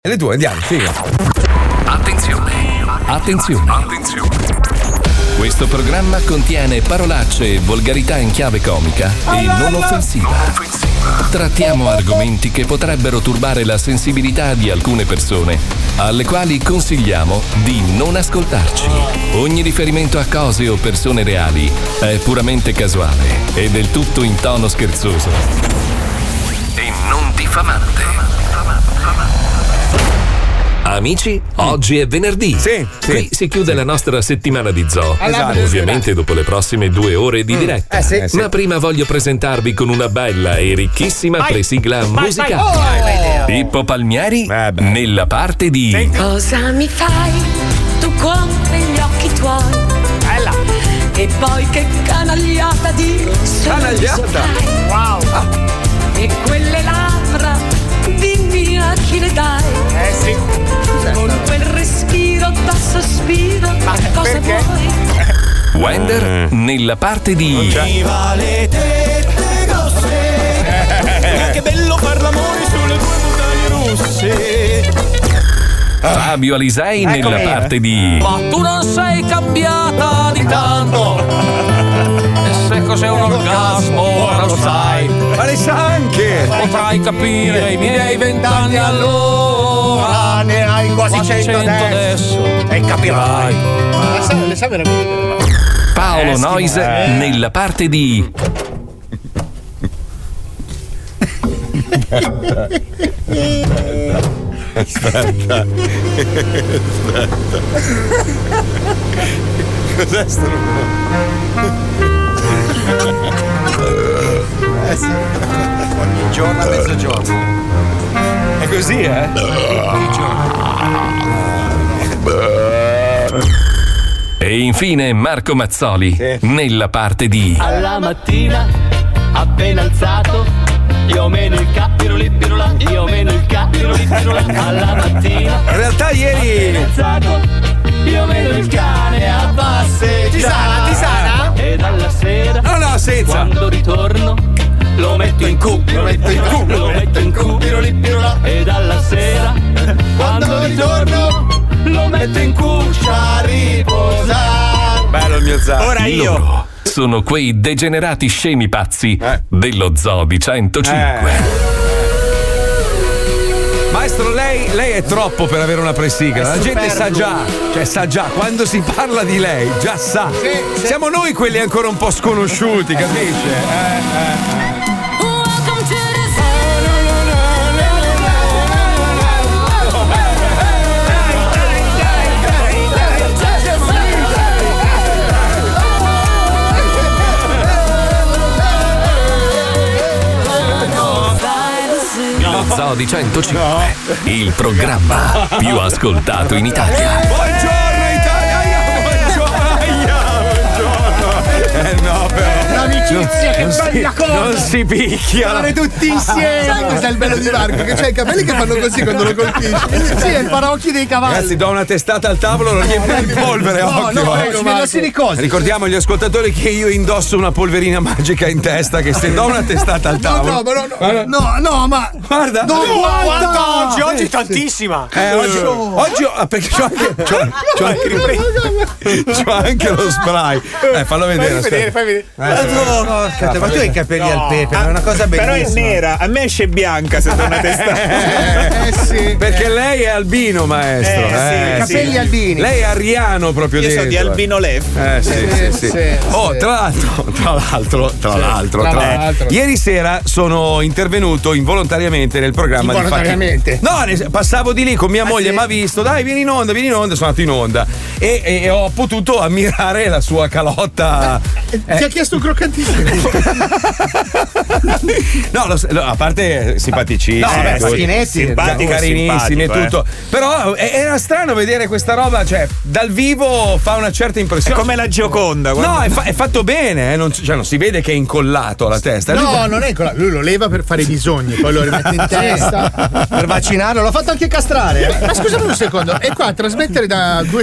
Le due, andiamo, figa. Attenzione. Questo programma contiene parolacce e volgarità in chiave comica e non offensiva. Trattiamo argomenti che potrebbero turbare la sensibilità di alcune persone, alle quali consigliamo di non ascoltarci. Ogni riferimento a cose o persone reali è puramente casuale e del tutto in tono scherzoso e non diffamante. Amici, oggi è venerdì. Sì. Qui si chiude la nostra settimana di zoo. Esatto. Ovviamente dopo le prossime 2 ore di diretta. Sì. Ma prima voglio presentarvi con una bella e ricchissima presigla musicale. Pippo Palmieri nella parte di Cosa mi fai tu con quegli occhi tuoi? E poi che canagliata di Canagliata? Wow! E quelle labbra, dimmi a chi le dai? Sì. Con quel respiro da sospiro, ma cosa vuoi? Wender nella parte di Viva le tette grosse! Che bello far l'amore sulle tue montagne russe! Fabio Alisei nella parte di Ma tu non sei cambiata di tanto. E se cos'è un orgasmo ora lo sai. Ma le sa anche! Potrai capire i miei 20 anni allora. Ne hai quasi 100 adesso. E capirai. Le sa veramente. Paolo Noise nella parte di Aspetta. Cos'è sto ogni giorno a mezzogiorno. È così, e infine Marco Mazzoli nella parte di Alla mattina, appena alzato, io meno il pirulipirula, io meno il pirulipirula. Alla mattina, In realtà ieri alzato, io meno il cane a passeggiare. Tisana? E dalla sera, no, senza. quando ritorno, lo metto in culo, lo metto in culo, lo metto in culo, pirulipirula. E dalla sera, quando ritorno, lo metto in cuccia a riposare. Bello il mio zar. Ora io. loro. Sono quei degenerati scemi pazzi dello Zoo di 105. Maestro, lei è troppo per avere una pressigla. La gente sa già, quando si parla di lei, già sa. Siamo noi quelli ancora un po' sconosciuti, capisce? Zoo di 105, il programma più ascoltato in Italia. Buongiorno Italia, buongiorno. No, però. L'amicizia, che bella cosa! Non si picchia. Stare tutti insieme. Sai cos'è il bello di Marco? Che c'ha i capelli che fanno così quando lo colpisci. Sì, è il paraocchi dei cavalli. Ragazzi, do una testata al tavolo, lo riempio di polvere. Ricordiamo agli ascoltatori che io indosso una polverina magica in testa, che se do una testata al tavolo. No, ma Guarda. Quanta Oggi tantissima. Oggi perché c'ho anche lo spray. Fallo vedere. Fai vedere. Aspetta, ma tu hai i capelli al pepe, è una cosa bellissima. Però è nera, a me esce bianca se do una testa. Sì. Perché lei è albino, maestro. Capelli albini. Lei è ariano proprio Io dentro. sono di albino Lev. Sì. Tra l'altro, ieri sera sono intervenuto involontariamente nel programma Involontariamente? No, passavo di lì con mia moglie, mi ha visto, dai, vieni in onda, sono andato in onda e ho potuto ammirare la sua calotta. Ti ha chiesto un croccantino? No, a parte simpaticissimi, simpatico, carinissimi e tutto. Però era strano vedere questa roba, cioè dal vivo fa una certa impressione. È come la Gioconda. No, è fatto bene, non si vede che è incollato alla testa. No, non è incollato, lui lo leva per fare i bisogni, poi lo rimette in testa per vaccinarlo. L'ho fatto anche castrare. Ma scusami un secondo, è qua a trasmettere da 2 settimane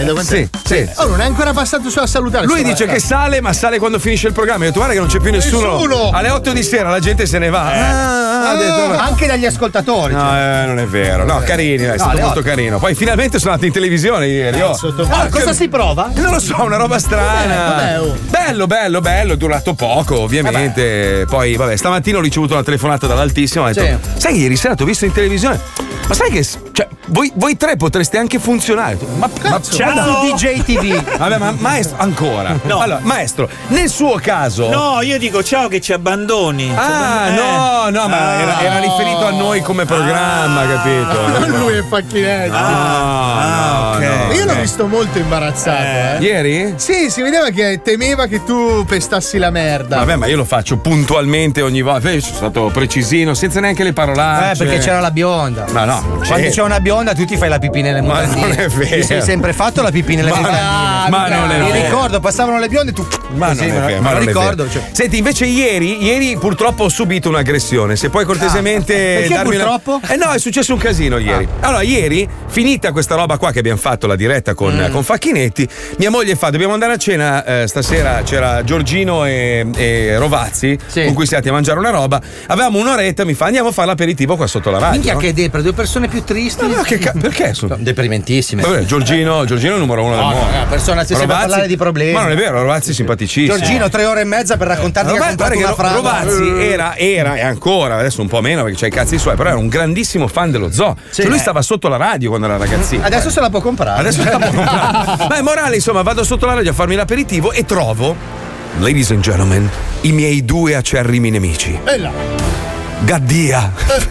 Sì. Oh, non è ancora passato su a salutare. Lui dice che sale, ma sale quando finisce il programma. Io ho detto, guarda che non c'è più nessuno. Alle 8 di sera la gente se ne va. Anche dagli ascoltatori. No, non è vero. No, carini, è stato molto carino. Poi finalmente sono andato in televisione ieri. Cosa si prova? Non lo so, una roba strana. Bello, è durato poco, ovviamente. Poi, vabbè, stamattina ho ricevuto una telefonata dall'Altissimo. Ho detto, sai, ieri sera ti ho visto in televisione. Ma sai che voi tre potreste anche funzionare. Ma ciao DJ TV. Vabbè, ma maestro, ancora. No. Allora, maestro, nel suo caso. No, io dico ciao che ci abbandoni. No, ma era riferito a noi come programma, capito? Non lui è Facchinetti. No. Io l'ho visto molto imbarazzato. Ieri? Sì, si vedeva che temeva che tu pestassi la merda. Vabbè, ma io lo faccio puntualmente ogni volta. Io sono stato precisino, senza neanche le parolacce. Perché c'era la bionda. Ma no. Quando c'è una bionda tu ti fai la pipì nelle mutandine. Ma non è vero. Ti sei sempre fatto la pipì nelle mutandine. Ma non è vero. Mi ricordo, passavano le bionde e tu. Ma non è vero. Ma lo ricordo. Senti, invece ieri purtroppo ho subito un'aggressione. Se puoi cortesemente perché darmi purtroppo? No, è successo un casino ieri. Allora, ieri, finita questa roba qua che abbiamo fatto la diretta con Facchinetti, mia moglie fa: dobbiamo andare a cena stasera. C'era Giorgino e Rovazzi con cui siamo andati a mangiare una roba. Avevamo un'oretta, mi fa: andiamo a fare l'aperitivo qua sotto la radio. Minchia, che depre, due persone più tristi. No, perché sono deprimentissime? Vabbè, Giorgino è il numero uno del mondo. Una persona si sembra parlare di problemi. Ma non è vero, Rovazzi è simpaticissimo. Giorgino 3 ore e mezza per raccontarti che ha comprato una frana. Rovazzi era e ancora, adesso un po' meno perché c'ha i cazzi suoi, però era un grandissimo fan dello zoo. Cioè lui stava sotto la radio quando era ragazzino. Adesso se la può comprare. Ma è morale, insomma, vado sotto la radio a farmi l'aperitivo e trovo, ladies and gentlemen, i miei 2 acerrimi nemici. Gaddia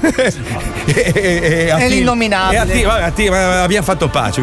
e l'innominabile. Abbiamo fatto pace.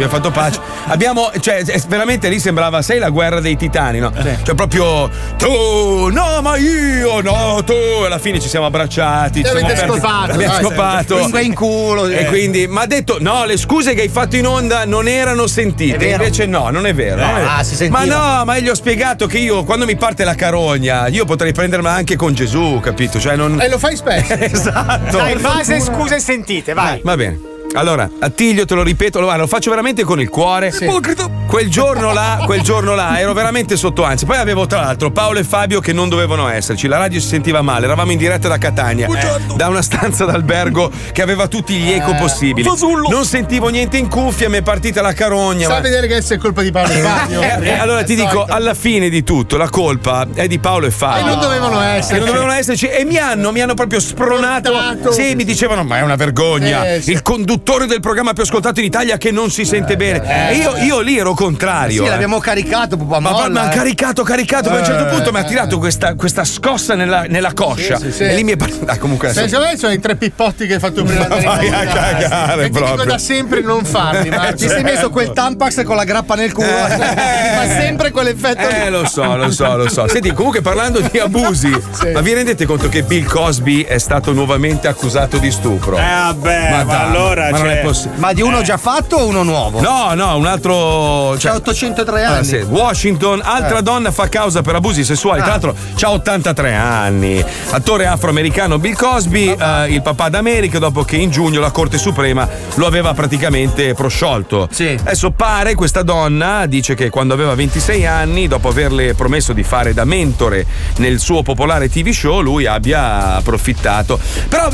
Veramente lì sembrava, sei la guerra dei titani, no? Cioè proprio tu, no, ma io, no, tu. E alla fine ci siamo abbracciati. Abbiamo scopato. Lingua in culo. E quindi mi ha detto: no, le scuse che hai fatto in onda non erano sentite. Invece no, non è vero. Si sentiva. Ma no, ma gli ho spiegato che io, quando mi parte la carogna, io potrei prendermela anche con Gesù, capito? Cioè non. E lo fai spesso. Esatto. Dai, fase scuse sentite, vai. Va bene. Allora, Attilio, te lo ripeto, lo faccio veramente con il cuore. Quel giorno là ero veramente sotto ansia. Poi avevo tra l'altro Paolo e Fabio che non dovevano esserci. La radio si sentiva male, eravamo in diretta da Catania, da una stanza d'albergo che aveva tutti gli eco possibili. Non sentivo niente in cuffia, mi è partita la carogna. Sa vedere che adesso è colpa di Paolo e Fabio. Allora ti dico, alla fine di tutto, la colpa è di Paolo e Fabio. E non dovevano esserci. E mi hanno proprio spronato. Sì, mi dicevano, ma è una vergogna. Il conduttore del programma più ascoltato in Italia che non si sente bene. E io lì ero contrario. Sì, l'abbiamo caricato, ma caricato. Poi a un certo punto mi ha tirato questa scossa nella coscia. Sì. E lì mi è partita. Comunque secondo me sono i 3 pippotti che hai fatto prima. Vai a cagare, e ti dico da sempre non farli. Ti sei messo quel Tampax con la grappa nel culo. Fa sempre quell'effetto. Lo so. Senti, comunque parlando di abusi, ma vi rendete conto che Bill Cosby è stato nuovamente accusato di stupro? Vabbè, ma allora non è possibile. Ma di uno già fatto o uno nuovo? No, un altro. C'ha 803 anni. Washington, altra donna fa causa per abusi sessuali. Tra l'altro c'ha 83 anni. Attore afroamericano Bill Cosby, il papà d'America, dopo che in giugno la Corte Suprema lo aveva praticamente prosciolto. Adesso pare questa donna dice che quando aveva 26 anni, dopo averle promesso di fare da mentore nel suo popolare TV show, lui abbia approfittato. Però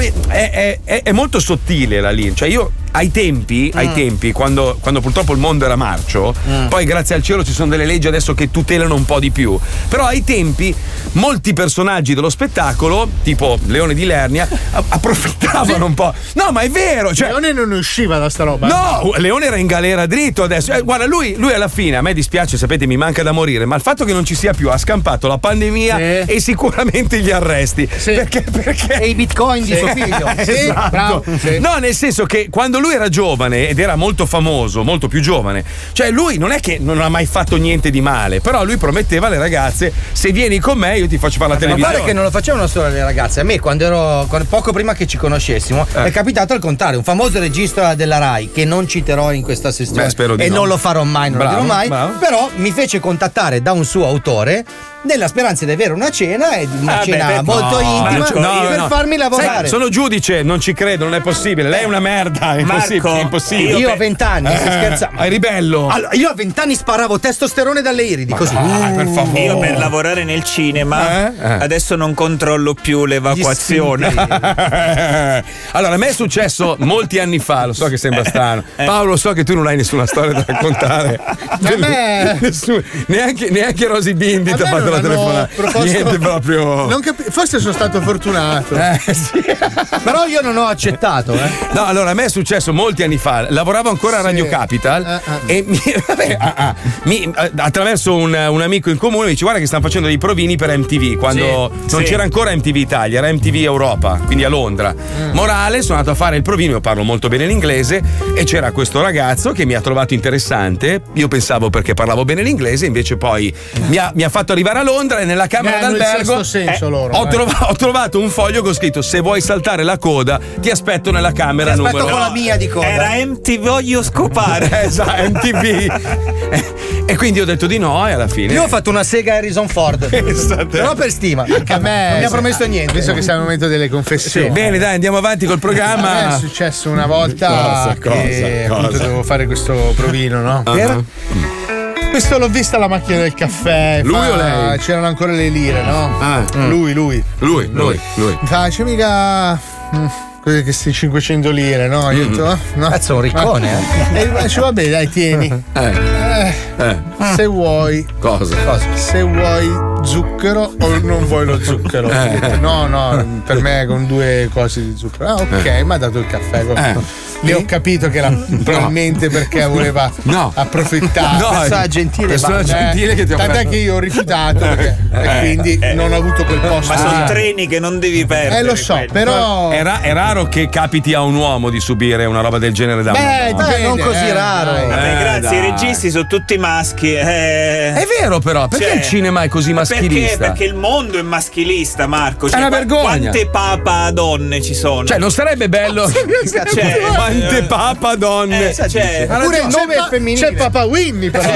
è molto sottile la linea. Cioè io ai tempi, quando purtroppo il mondo era marcio, poi grazie al cielo ci sono delle leggi adesso che tutelano un po' di più. Però ai tempi molti personaggi dello spettacolo, tipo Leone di Lernia, approfittavano un po'. No, ma è vero. Cioè, Leone non usciva da sta roba. No, Leone era in galera dritto adesso. Guarda, lui alla fine, a me dispiace, sapete, mi manca da morire, ma il fatto che non ci sia più ha scampato la pandemia e sicuramente gli arresti. Perché? E i bitcoin di suo figlio. Esatto. Bravo. No, nel senso che quando lui era giovane ed era molto famoso, molto più giovane, cioè lui non è che non ha mai fatto niente di male, però lui prometteva alle ragazze: se vieni con me io ti faccio fare la televisione. Ma guarda che non lo facevano solo le ragazze. A me quando poco prima che ci conoscessimo è capitato al contrario, un famoso regista della Rai che non citerò in questa sessione spero di e no. non lo farò mai, non lo dirò mai, però mi fece contattare da un suo autore nella speranza di avere una cena e una cena molto intima per farmi lavorare. Sai, sono giudice, non ci credo, non è possibile. Lei è una merda, è impossibile. Io a 20 anni, si scherza. È ribello. Allora, io a 20 anni sparavo testosterone dalle iridi, così. Per favore. Io per lavorare nel cinema adesso non controllo più l'evacuazione. Allora, a me è successo molti anni fa, lo so che sembra strano. Paolo, so che tu non hai nessuna storia da raccontare. Neanche Rosy Bindi ti ha fatto la telefonata. Niente proprio. Forse sono stato fortunato. Sì. Però io non ho accettato. No, allora a me è successo molti anni fa. Lavoravo ancora a Radio Capital e attraverso un amico in comune mi dice: guarda che stanno facendo dei provini per MTV quando non c'era ancora MTV Italia, era MTV Europa, quindi a Londra. Morale, sono andato a fare il provino, io parlo molto bene l'inglese e c'era questo ragazzo che mi ha trovato interessante. Io pensavo perché parlavo bene l'inglese, invece poi mi ha fatto arrivare a Londra e nella camera d'albergo ho trovato un foglio con scritto: se vuoi saltare la coda ti aspetto nella camera numero. Aspetto con la mia di coda. Era MTV voglio scopare. Esatto, MTV. E quindi ho detto di no e alla fine io ho fatto una sega Harrison Ford. Però per stima, perché a me non mi ha promesso niente. Visto che siamo al momento delle confessioni. Bene, dai, andiamo avanti col programma. A me è successo una volta che appunto dovevo fare questo provino, no? Questo l'ho vista alla macchina del caffè. Lui o lei? C'erano ancora le lire, no? Lui. Mi fa, c'è mica queste 500 lire, no? Io ho detto, no. Cazzo, un riccone, E dice, vabbè, dai, tieni. Se vuoi. Cosa? Se vuoi zucchero o non vuoi lo zucchero? No, per me con 2 cose di zucchero. Ok, mi ha dato il caffè. Lì ho capito che era probabilmente perché voleva approfittare. Persona gentile che ti ha tant'è che io ho rifiutato e quindi non ho avuto quel posto. Ma sono treni che non devi perdere. Lo so, però è raro che capiti a un uomo di subire una roba del genere da una donna. Non così raro. Vabbè, grazie, i registi sono tutti maschi. È vero, però, perché il cinema è così maschilista? Perché il mondo è maschilista, Marco. È una vergogna. Quante papa donne ci sono? Cioè, non sarebbe bello. Quante papa donne? Pure il nome è femminile. C'è Papa Winnie, però.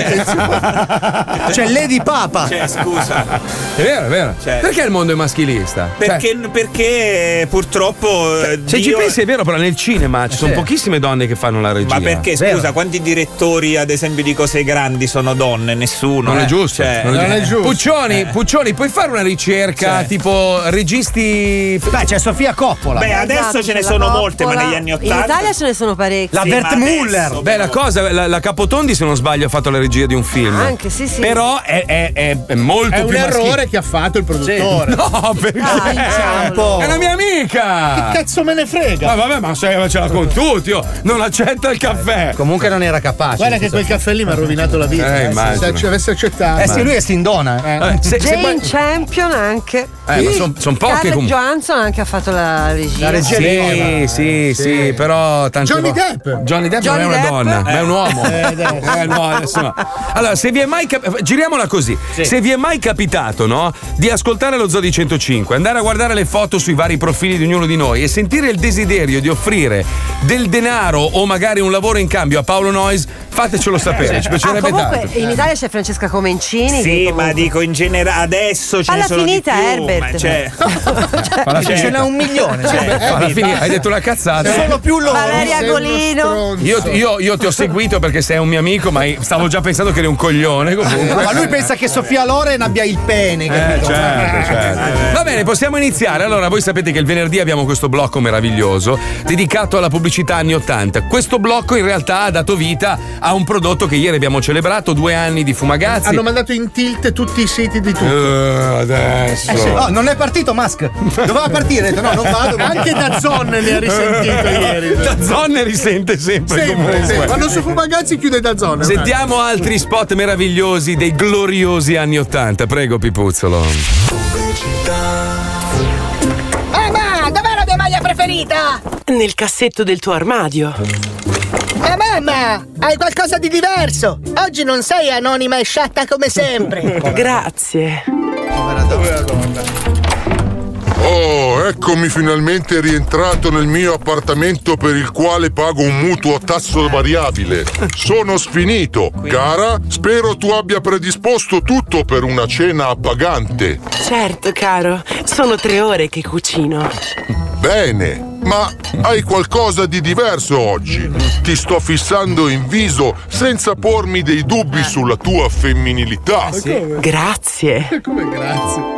C'è Lady Papa. Scusa. È vero. Perché il mondo è maschilista? Perché purtroppo. Se ci pensi, è vero, però nel cinema ci sono pochissime donne che fanno la regia. Ma perché, scusa, quanti direttori, ad esempio, di cose grandi sono donne? Nessuno. Non è giusto. Non è giusto. Puccioni, puoi fare una ricerca tipo registi. Beh, c'è Sofia Coppola. Beh, adesso ce ne sono molte, ma negli anni '80. In Italia ce ne sono parecchi. La Bert Muller. Beh, la cosa, la Capotondi, se non sbaglio, ha fatto la regia di un film. Anche, sì. Però è molto più più un errore che ha fatto il produttore. No, perché? È una mia amica. Che cazzo me ne frega? Ma vabbè, ma ce l'ha con tutti. Non accetta il caffè. Comunque non era capace. Guarda che quel caffè lì mi ha rovinato la vita. Se ci avesse accettato. Sì, lui è Sindona. Jane Champion anche. Ma sono poche comunque. Johansson anche ha fatto la regia. La regia sì, però tante Johnny Depp non è una donna, ma è un uomo. No, adesso no. Allora, se vi è mai giriamola così. Se vi è mai capitato, no, di ascoltare lo Zoo di 105, andare a guardare le foto sui vari profili di ognuno di noi e sentire il desiderio di offrire del denaro o magari un lavoro in cambio a Paolo Noyes, fatecelo sapere, ci piacerebbe comunque, tanto. In Italia c'è Francesca Comencini. Sì, ma dico in generale adesso ce ne sono finita, di più, Herbert. Ce n'è 1 milione. Alla fine hai detto una cazzata. Sono più loro. Valeria Golino. Io ti ho seguito perché sei un mio amico, ma stavo già pensando che eri un coglione comunque. Ma lui pensa che Sofia Loren abbia il pene, capito? Certo. Va bene, possiamo iniziare. Allora, voi sapete che il venerdì abbiamo questo blocco meraviglioso dedicato alla pubblicità anni '80. Questo blocco in realtà ha dato vita a un prodotto che ieri abbiamo celebrato, 2 anni di Fumagazzi. Hanno mandato in tilt tutti i siti di tutto. Adesso. No, non è partito Musk. Doveva partire, ha detto no, non vado. Anche Dazzon ne ha risentito ieri. Dazzon ne risente sempre comunque. Quando su Fumagazzi chiude Dazzon. Sentiamo altri spot meravigliosi dei gloriosi anni '80. Prego, Pipuzzolo. Mamma, dov'è la mia maglia preferita? Nel cassetto del tuo armadio. Mamma, hai qualcosa di diverso. Oggi non sei anonima e sciatta come sempre. Grazie. Povera donna. Oh, eccomi finalmente rientrato nel mio appartamento per il quale pago un mutuo a tasso variabile. Sono sfinito. Cara, spero tu abbia predisposto tutto per una cena appagante. Certo, caro. Sono 3 ore che cucino. Bene, ma hai qualcosa di diverso oggi. Ti sto fissando in viso senza pormi dei dubbi sulla tua femminilità. Grazie. Come grazie?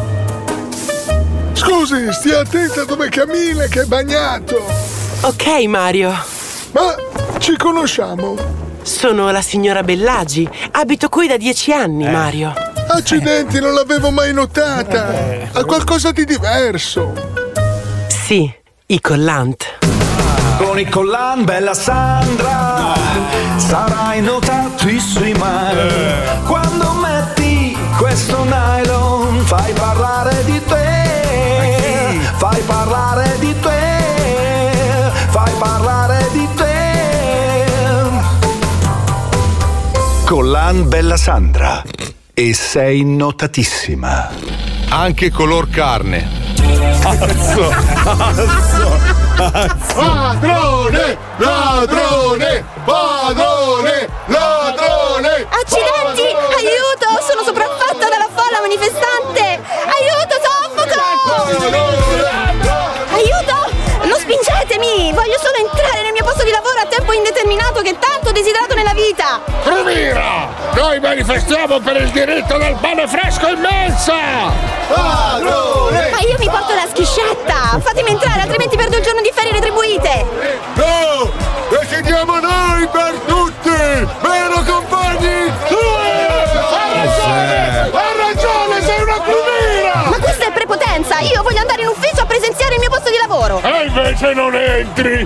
Scusi, stia attenta dove cammina, che è bagnato. Ok, Mario. Ma ci conosciamo? Sono la signora Bellagi. Abito qui da 10 anni, Mario. Accidenti, non l'avevo mai notata. Ha qualcosa di diverso. Sì, i collant. Con i collant, bella Sandra, sarai notatissima. Quando metti questo nylon, fai parlare di te. Fai parlare di te. Fai parlare di te. Collant, bella Sandra. E sei notatissima. Anche color carne. Pazzo. Ladrone! Ladrone! Padrone! Ladrone! Accidenti! Aiuto! Sono sopraffatta dalla folla manifestante! Aiuto, soffoco! Aiuto! Non spingetemi! Voglio solo entrare nel mio posto di lavoro a tempo indeterminato che tanto ho desiderato nella vita! Rovira! Noi manifestiamo per il diritto del pane fresco in mensa! Padrone! Ma io mi porto la schiscetta! Fatemi entrare, altrimenti perdo il giorno di ferie retribuite! No! Decidiamo noi per tutti! Vero, compagni? Ha ragione, sei una crumira! Ma questa è prepotenza! Io voglio andare in ufficio a presenziare il mio posto di lavoro! E invece non entri!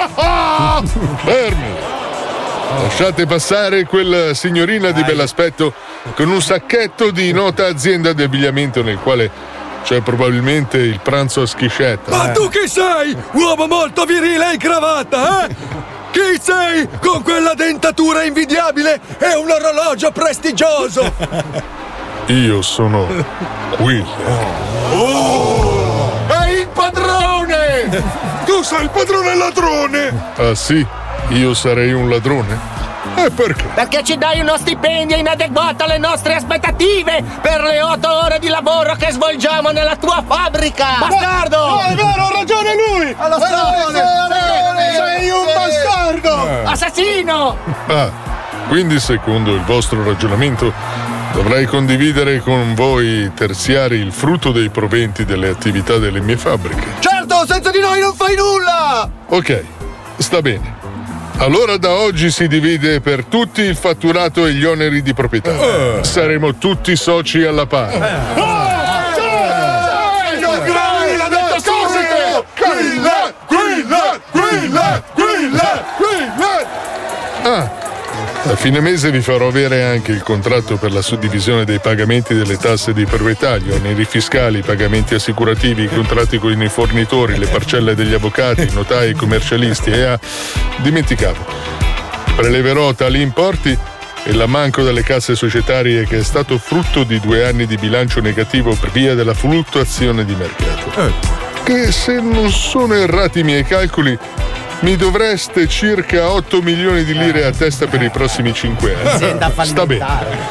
Fermi! Lasciate passare quella signorina di bell'aspetto con un sacchetto di nota azienda di abbigliamento nel quale c'è probabilmente il pranzo a schiscetta. Ma tu chi sei? Uomo molto virile in cravatta, eh? Chi sei con quella dentatura invidiabile e un orologio prestigioso? Io sono William. Oh! È il padrone! Tu sei il padrone ladrone! Ah sì? Io sarei un ladrone? E perché? Perché ci dai uno stipendio inadeguato alle nostre aspettative per le 8 ore di lavoro che svolgiamo nella tua fabbrica! Bastardo! No, è vero, ha ragione lui! Allo stronzo! Sei un bastardo! Assassino! Ah, quindi secondo il vostro ragionamento dovrei condividere con voi terziari il frutto dei proventi delle attività delle mie fabbriche. Certo, senza di noi non fai nulla! Ok, sta bene. Allora da oggi si divide per tutti il fatturato e gli oneri di proprietà. Saremo tutti soci alla pari. A fine mese vi farò avere anche il contratto per la suddivisione dei pagamenti delle tasse di proprietà, gli oneri fiscali, i pagamenti assicurativi, i contratti con i fornitori, le parcelle degli avvocati, i notai, i commercialisti e dimenticavo. Preleverò tali importi e l'ammanco dalle casse societarie che è stato frutto di 2 anni di bilancio negativo per via della fluttuazione di mercato. Che se non sono errati i miei calcoli mi dovreste circa 8 milioni di lire a testa per i prossimi 5 anni. Sta bene.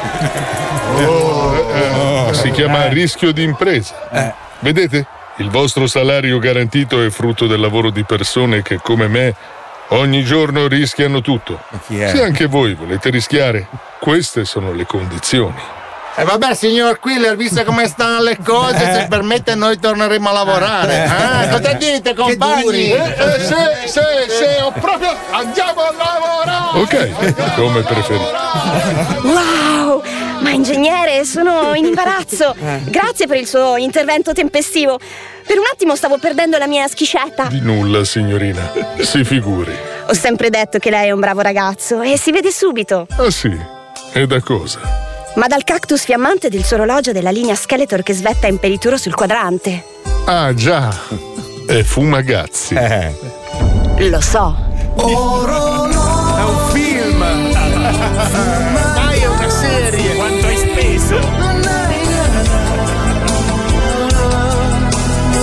Si chiama rischio di impresa. Vedete? Il vostro salario garantito è frutto del lavoro di persone che, come me, ogni giorno rischiano tutto. Se anche voi volete rischiare, queste sono le condizioni. E vabbè, signor Quiller, visto come stanno le cose, se permette noi torneremo a lavorare. Cosa dite, compagni? Se ho proprio... Andiamo a lavorare! Ok, come preferite. Wow! Ma ingegnere, sono in imbarazzo. Grazie per il suo intervento tempestivo. Per un attimo stavo perdendo la mia schiscetta. Di nulla, signorina. Si figuri. Ho sempre detto che lei è un bravo ragazzo e si vede subito. Ah sì? E da cosa? Ma dal cactus fiammante del suo orologio della linea Skeletor che svetta imperituro sul quadrante. Ah già, è Fumagazzi. Lo so. È un film. Dai, è una serie. Quanto hai speso?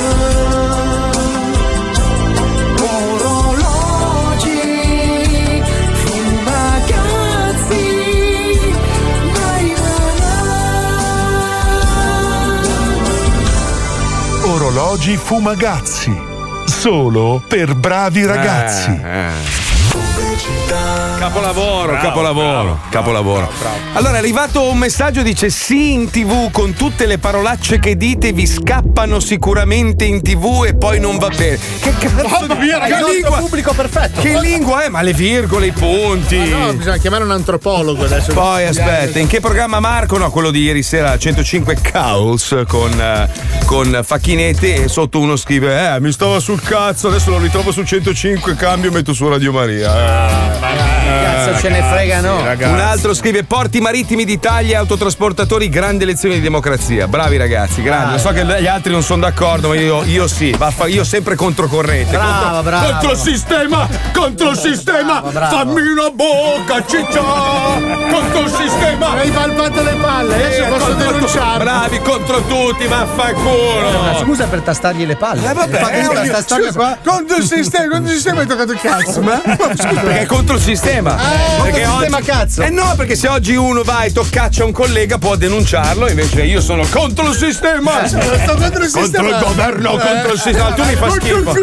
orologi Fumagazzi. Solo per bravi ragazzi. Capolavoro. Allora è arrivato un messaggio, dice: sì, in TV con tutte le parolacce che dite vi scappano sicuramente in TV e poi non va bene. Che cazzo di lingua? Pubblico perfetto. Che lingua è? Ma le virgole, i punti. No, bisogna chiamare un antropologo adesso. Poi aspetta, in che programma Marco? No, quello di ieri sera, 105 Chaos con Facchinetti, e sotto uno scrive: mi stava sul cazzo, adesso lo ritrovo su 105, cambio, metto su Radio Maria. Cazzo ce ne frega, no? Sì, un altro scrive: porti marittimi d'Italia, autotrasportatori, grande lezione di democrazia. Bravi ragazzi, grandi. So che gli altri non sono d'accordo, ma io sì, io sempre controcorrente. Bravo. Contro il sistema, fammi una bocca, ciccia! Contro il sistema! Hai palpato le palle, adesso posso denunciarlo. Bravi contro tutti, vaffanculo! Ma scusa per tastargli le palle. Scusa, contro il sistema hai toccato il cazzo. Perché è contro il sistema. Perché il sistema cazzo. No, perché se oggi uno va e toccaccia un collega può denunciarlo, invece io sono contro il sistema. Sto contro il sistema. Contro il governo, contro il sistema. Tu mi fa schifo.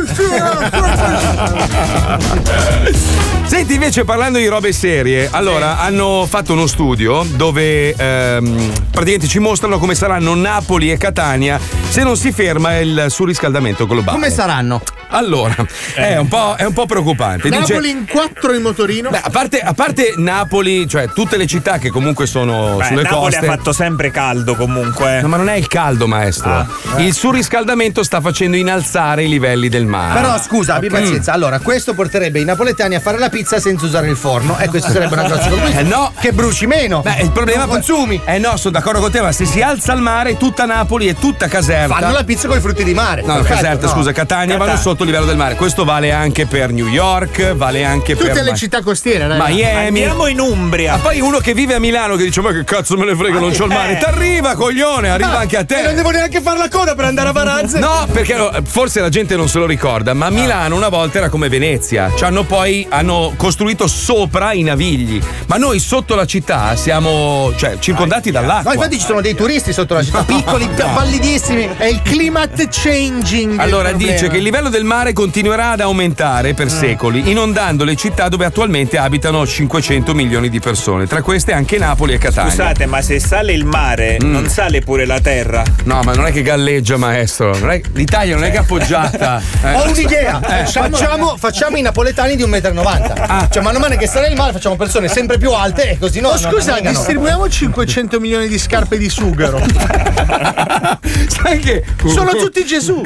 Senti, invece, parlando di robe serie, allora hanno fatto uno studio dove praticamente ci mostrano come saranno Napoli e Catania se non si ferma il surriscaldamento globale. Come saranno? Allora, è un po' preoccupante. Napoli in 4 in motorino. Beh, a parte Napoli, cioè tutte le città che comunque sono sulle Napoli coste. ha fatto sempre caldo comunque. No, ma non è il caldo, maestro. Il surriscaldamento sta facendo innalzare i livelli del mare. Però scusa, abbi pazienza. Allora, questo porterebbe i napoletani a fare la pizza senza usare il forno. E questo sarebbe una grossa cosa. No. Che bruci meno. Beh, il problema consumi. No, sono d'accordo con te, ma se si alza il mare, tutta Napoli e tutta Caserta fanno la pizza con i frutti di mare. No, Caserta, scusa, Catania vanno sotto il livello del mare. Questo vale anche per New York, vale anche per tutte le città costiere, Miami. Andiamo in Umbria. Ma poi uno che vive a Milano che dice: ma che cazzo me ne frega, non c'ho il mare. T'arriva, coglione, arriva anche a te. E non devo neanche fare la coda per andare a Varazze. No, perché forse la gente non se lo ricorda, ma Milano una volta era come Venezia. Hanno costruito sopra i navigli, ma noi sotto la città siamo circondati dall'acqua. No, infatti ci sono dei turisti sotto la città, piccoli, pallidissimi. È il climate changing. Allora dice che il livello del mare continuerà ad aumentare per secoli, inondando le città dove attualmente abitano 500 milioni di persone, tra queste anche Napoli e Catania. Scusate, ma se sale il mare, non sale pure la terra? No, ma non è che galleggia, maestro. L'Italia non è che è appoggiata. Ho un'idea. Facciamo i napoletani di 1,90 m. Cioè, man mano che sale il mare, facciamo persone sempre più alte e così no. Scusa, distribuiamo 500 milioni di scarpe di sughero. Sai che sono tutti Gesù.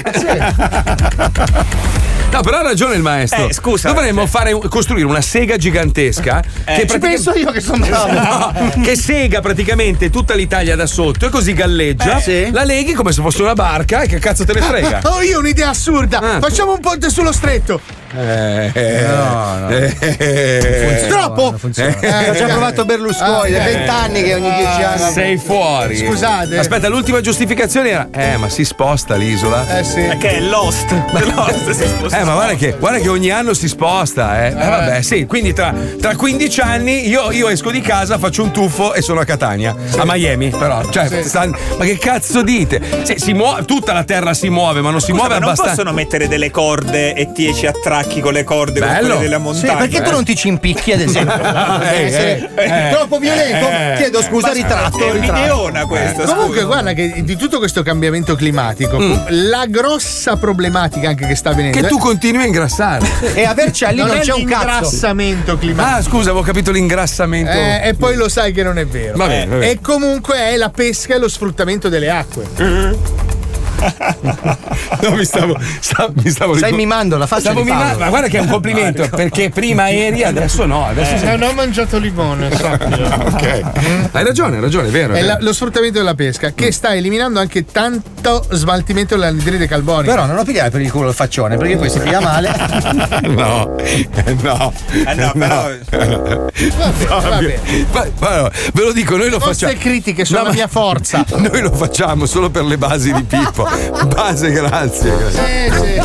No, però ha ragione il maestro. Scusa. Dovremmo costruire una sega gigantesca. Che ci penso io che sono bravo. Che sega praticamente tutta l'Italia da sotto e così galleggia. La leghi come se fosse una barca e che cazzo te ne frega? Ho io un'idea assurda. Facciamo un ponte sullo stretto. No. Troppo. Ci ha provato Berlusconi da 20 anni che ogni 10 anni. Sei fuori. Scusate. Aspetta, l'ultima giustificazione era ma si sposta l'isola? Sì. Che è Lost. Lost si sposta. Ma guarda che ogni anno si sposta, vabbè, sì, quindi tra 15 anni io esco di casa, faccio un tuffo e sono a Catania, a Miami, però. Ma che cazzo dite? Si muove, tutta la terra si muove, ma non si muove abbastanza. Non possono mettere delle corde e ti ci attracchi con le corde con quelle della montagna. Sì, perché tu non ti ci impicchi, ad esempio? Troppo violento? Chiedo scusa, ritratto. È videona questa. Comunque, guarda che di tutto questo cambiamento climatico, la grossa problematica anche che sta avvenendo. Che tu continui a ingrassare. E a Vercelli non c'è un cazzo. L'ingrassamento climatico. Ah, scusa, avevo capito l'ingrassamento. E poi lo sai che non è vero. Va bene. E comunque è la pesca e lo sfruttamento delle acque. No, mi stavo stai mimando la faccia di Paolo. Ma guarda che è un complimento, perché prima eri, adesso no. Non ho mangiato limone, ok. Hai ragione, è vero. È lo sfruttamento della pesca che sta eliminando anche tanto smaltimento dell'anidride carbonica. Però non lo pigliare per il culo il faccione, perché poi si piglia male. No. Però vabbè. Ve lo dico, noi lo facciamo. Le critiche sono la mia forza. Noi lo facciamo solo per le basi di Pippo. Base, grazie. Sì.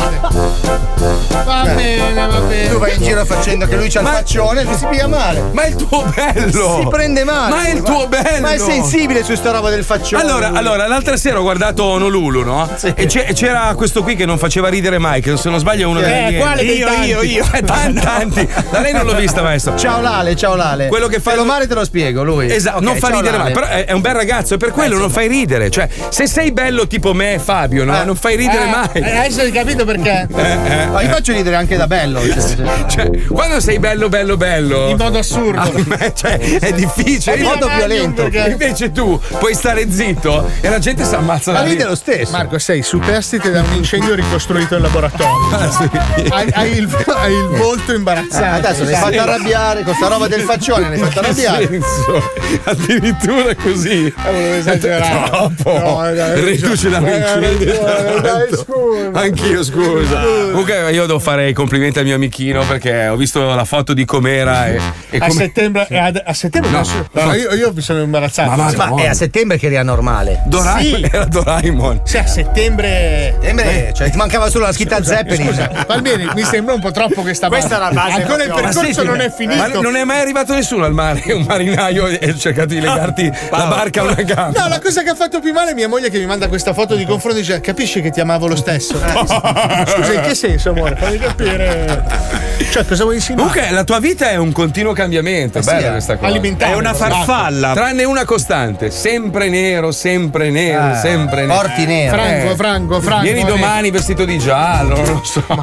Va bene. Tu vai in giro facendo che lui c'ha il faccione e lui si piglia male. Ma è il tuo bello! Si prende male. Ma è il tuo bello! Ma è sensibile su sta roba del faccione. Allora, l'altra sera ho guardato Honolulu, no? Sì. E c'era questo qui che non faceva ridere mai, che se non sbaglio è uno degli quale dei io. Tanti. Da lei non l'ho vista, maestro. Ciao Lale. Quello che fa male te lo spiego, lui. Esatto, Okay, non fa ridere mai, però è un bel ragazzo e per quello non fai ridere. Cioè, se sei bello tipo me e Fabio, no? Non fai ridere mai. Adesso hai capito perché? Ma io faccio ridere anche da bello. Cioè, quando sei bello. In modo assurdo. Cioè, è difficile. In modo violento. Invece tu puoi stare zitto e la gente si ammazza da ride lo stesso. Marco, sei superstite da un incendio ricostruito in laboratorio. Sì. Hai il volto imbarazzato. Adesso l'hai fatto arrabbiare con sta roba del faccione, l'hai fatto arrabbiare. Addirittura così. Volevo esagerare. Troppo. No, riduce la Dai, scusa. Anch'io, scusa. Comunque io devo fare i complimenti al mio amichino perché ho visto la foto di com'era e a settembre no. Io mi sono imbarazzato. Ma è a settembre che era normale. Era Doraemon. Sì, a settembre. Cioè ti mancava solo la scritta Zeppelin. Palmieri, mi sembra un po' troppo che sta questa è la base. Ancora il percorso non è finito. Ma non è mai arrivato nessuno al mare, un marinaio e ha cercato di legarti la barca a una gamba. No, la cosa che ha fatto più male è mia moglie che mi manda questa foto di confronto e dice: capisci che ti amavo lo stesso? Scusa, in che senso, amore? Fammi capire. Cioè, cosa vuoi insinuare? Comunque la tua vita è un continuo cambiamento, è bella questa cosa. Alimentare. È una farfalla. Tranne una costante, sempre nero, sempre nero. Porti nero. Franco. Vieni domani vestito di giallo, non lo so.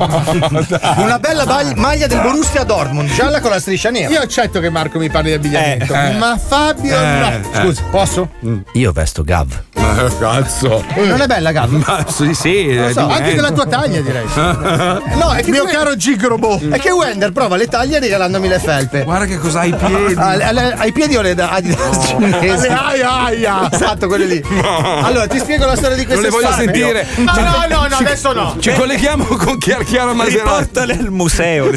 Una bella maglia del Borussia Dortmund, gialla con la striscia nera. Io accetto che Marco mi parli di abbigliamento, ma Fabio no. Scusa, posso? Io vesto Gav. Cazzo. Non è bella Gav? Ma sì. Anche della tua taglia, direi. No, è che mio caro Gigrobo. È che Wender prova le taglie regalandomi le felpe. Guarda che cosa hai ai piedi. Ai piedi ho le Adidas cinesi. Aia. Esatto, quelle lì. Allora, ti spiego la storia di queste Non le voglio sentire. No, adesso no. Ci colleghiamo con Chiara Maserati. Portale al museo.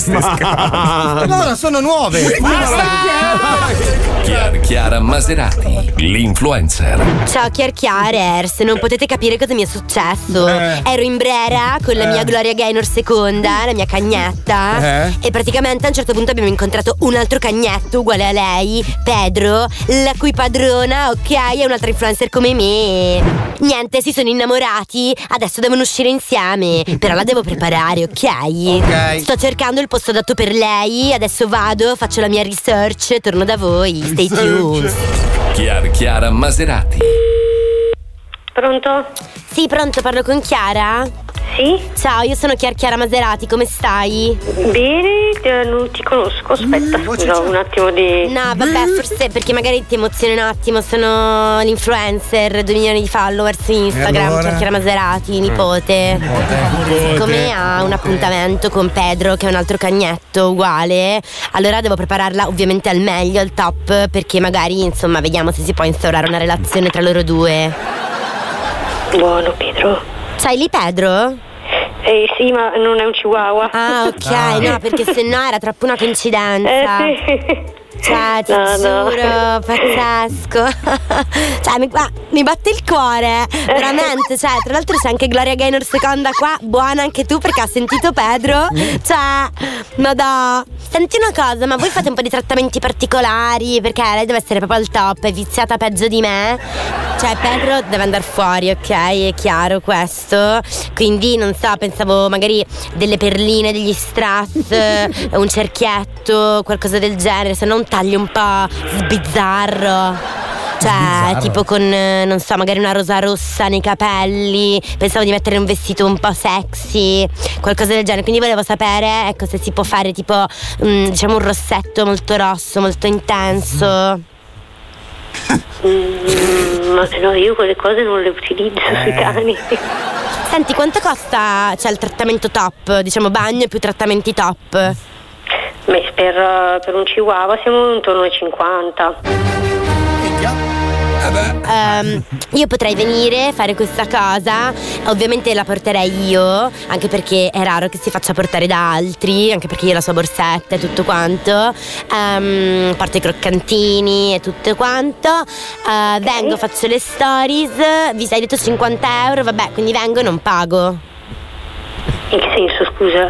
No, sono nuove. Chiara Maserati, l'influencer. Ciao Chiarchiarers, non potete capire cosa mi è successo. Ero in Brera con la mia Gloria Gaynor seconda, la mia cagnetta, e praticamente a un certo punto abbiamo incontrato un altro cagnetto uguale a lei, Pedro, la cui padrona, ok, è un'altra influencer come me. Niente, si sono innamorati, adesso devono uscire insieme, però la devo preparare, ok? Sto cercando il posto adatto per lei, adesso vado, faccio la mia research, torno da voi, stay tuned. Chiara Maserati. Pronto? Sì, pronto, parlo con Chiara? Sì? Ciao, io sono Chiara Maserati, come stai? Bene, non ti conosco, aspetta, scusa, un attimo di... No, vabbè, forse perché magari ti emozioni un attimo, sono l'influencer, 2 milioni di follower su Instagram, allora? Chiara Maserati, nipote. Siccome ha un appuntamento con Pedro, che è un altro cagnetto uguale, allora devo prepararla ovviamente al meglio, al top, perché magari, insomma, vediamo se si può instaurare una relazione tra loro due. Buono, Pedro. Sai lì Pedro? Sì, ma non è un chihuahua. Ah, ok, no, perché se no era troppo una coincidenza. Sì. Cioè, ti giuro, pazzesco. Cioè, mi batte il cuore, veramente. Cioè, tra l'altro c'è anche Gloria Gaynor seconda qua, buona anche tu perché ha sentito Pedro. Cioè, madò. Senti una cosa, ma voi fate un po' di trattamenti particolari? Perché lei deve essere proprio al top, è viziata peggio di me. Cioè, Pedro deve andare fuori, ok? È chiaro questo. Quindi, non so, pensavo magari delle perline, degli strass, un cerchietto, qualcosa del genere, se no un taglio un po' sbizzarro. Cioè, tipo con, non so, magari una rosa rossa nei capelli. Pensavo di mettere un vestito un po' sexy, qualcosa del genere. Quindi volevo sapere, ecco, se si può fare tipo, diciamo, un rossetto molto rosso, molto intenso. Ma no, io quelle cose non le utilizzo sui cani. Senti, quanto costa, cioè, il trattamento top? Diciamo bagno più trattamenti top? Beh, per un chihuahua siamo intorno ai 50. io potrei venire, fare questa cosa. Ovviamente la porterei io, anche perché è raro che si faccia portare da altri, anche perché io ho la sua borsetta e tutto quanto. Porto i croccantini e tutto quanto. Vengo, faccio le stories. Vi sei detto 50 euro, vabbè, quindi vengo e non pago. In che senso, scusa?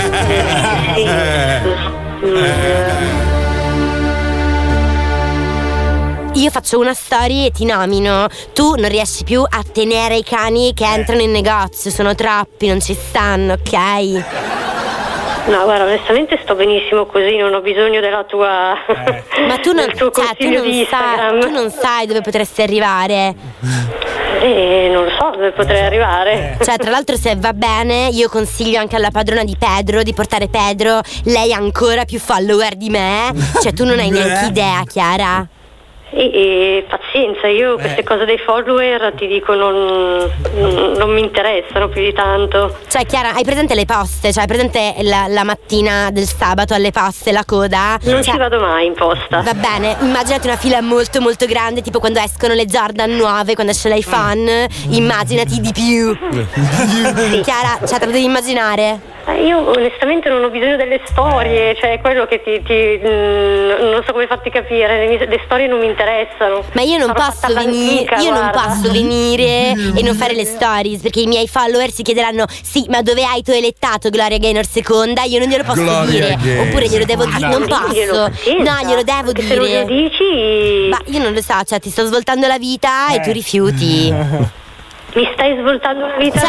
Io faccio una storia e ti nomino. Tu non riesci più a tenere i cani che entrano in negozio, sono troppi, non ci stanno, ok? No, guarda, onestamente sto benissimo così, non ho bisogno della tua. Ma tu non, del tuo consiglio di Instagram. tu non sai dove potresti arrivare. Non lo so dove potrei arrivare. Cioè, tra l'altro, se va bene, io consiglio anche alla padrona di Pedro di portare Pedro. Lei ha ancora più follower di me. Cioè, tu non hai neanche idea, Chiara. E pazienza, io queste cose dei follower ti dico non mi interessano più di tanto. Cioè, Chiara, hai presente le poste? Cioè, hai presente la mattina del sabato alle poste, la coda? Non ci vado mai in posta. Va bene, immaginati una fila molto molto grande, tipo quando escono le Jordan nuove, quando esce l'iPhone. Immaginati di più. Chiara, cioè, te lo devi immaginare. Io onestamente non ho bisogno delle storie, cioè quello che non so come farti capire, le storie non mi interessano. Ma io non posso venire, e non fare le stories, perché i miei follower si chiederanno: sì, ma dove hai tu elettato Gloria Gaynor seconda? Io non glielo posso dire. Oppure glielo devo dire, non posso. No, glielo devo dire. Se non lo dici. Ma io non lo so, cioè ti sto svoltando la vita e tu rifiuti. Mi stai svoltando la vita?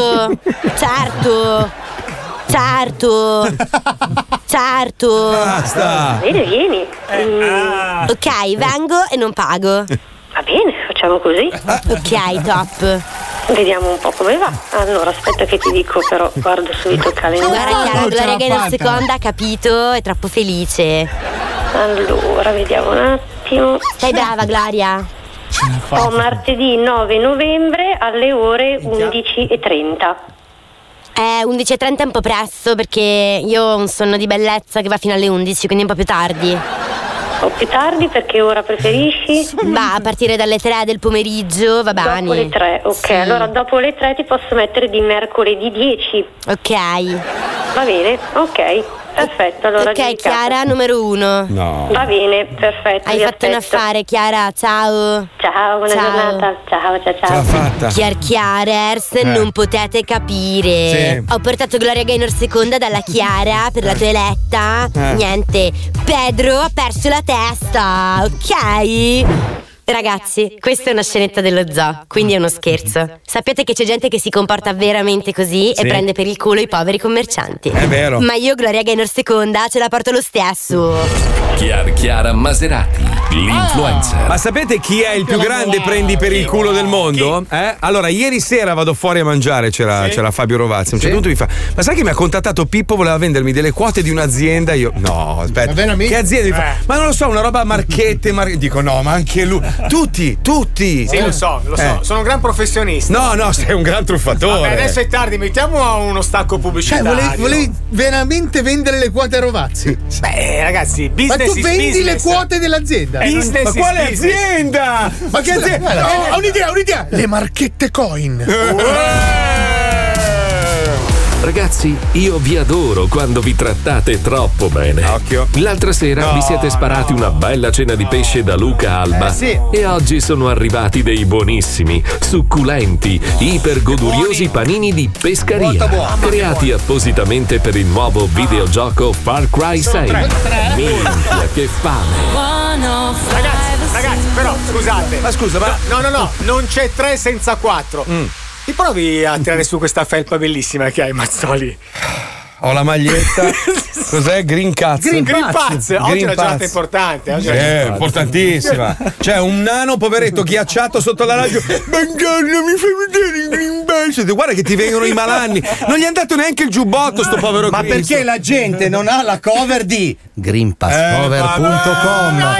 Certo. Basta. Bene, vieni. Ok, vengo e non pago. Va bene, facciamo così. Ok, top. Vediamo un po' come va. Allora, aspetta che ti dico, però guardo subito il calendario. Guarda, Chiara, Gloria Gaynor seconda, ha capito, è troppo felice. Allora, vediamo un attimo. Sei brava, Gloria. Ho martedì 9 novembre alle ore 11:30. 11:30 è un po' presto, perché io ho un sonno di bellezza che va fino alle 11, quindi un po' più tardi. O più tardi, perché ora preferisci? Va a partire dalle 3 del pomeriggio, va bene. Dopo le 3, ok. Sì. Allora dopo le 3 ti posso mettere di mercoledì 10. Ok. Va bene, ok. Perfetto, allora. Ok, Chiara, numero 1. No. Va bene, perfetto. Hai fatto un affare, Chiara, ciao. Ciao, buona giornata. Ciao. Ce l'ha fatta. Chiarers, non potete capire. Sì. Ho portato Gloria Gaynor seconda dalla Chiara per la tua eletta. Niente, Pedro ha perso la testa, ok? Ragazzi, questa è una scenetta dello zoo, quindi è uno scherzo. Sappiate che c'è gente che si comporta veramente così e prende per il culo i poveri commercianti. È vero. Ma io Gloria Gaynor seconda ce la porto lo stesso. Chiara Maserati, l'influencer. Ma sapete chi è il più grande prendi per il culo del mondo? Allora, ieri sera vado fuori a mangiare, c'era Fabio Rovazzi. A un certo punto mi fa: ma sai che mi ha contattato Pippo, voleva vendermi delle quote di un'azienda? Io, no, aspetta. Che azienda? Mi fa: ma non lo so, una roba marchette. Dico, no, ma anche lui. Tutti. Sì, lo so, sono un gran professionista. No, sei un gran truffatore. Vabbè, adesso è tardi, mettiamo uno stacco pubblicitario. Volevi veramente vendere le quote a Rovazzi? Beh, ragazzi, business. Ma tu vendi le quote dell'azienda? Ma quale azienda? Ma che azienda? Ho un'idea. Le marchette coin. Ragazzi, io vi adoro quando vi trattate troppo bene. Occhio. L'altra sera vi siete sparati una bella cena di pesce da Luca Alba. E oggi sono arrivati dei buonissimi, succulenti, ipergoduriosi panini di pescaria, creati appositamente per il nuovo videogioco Far Cry 6. Minchia, che fame! Ragazzi, però scusate. Ma scusa, ma no, non c'è 3 senza 4. Ti provi a tirare su questa felpa bellissima che hai, Mazzoli? Ho la maglietta. Cos'è? Green Cazzo. Green Paz. Oggi è una giornata importante. Importantissima. C'è un nano poveretto ghiacciato sotto la radio. Buongiorno, mi fai vedere il Green Pass? Guarda che ti vengono i malanni. Non gli è andato neanche il giubbotto, sto povero Ma Cristo. perché la gente non ha la cover di greenpasscover.com?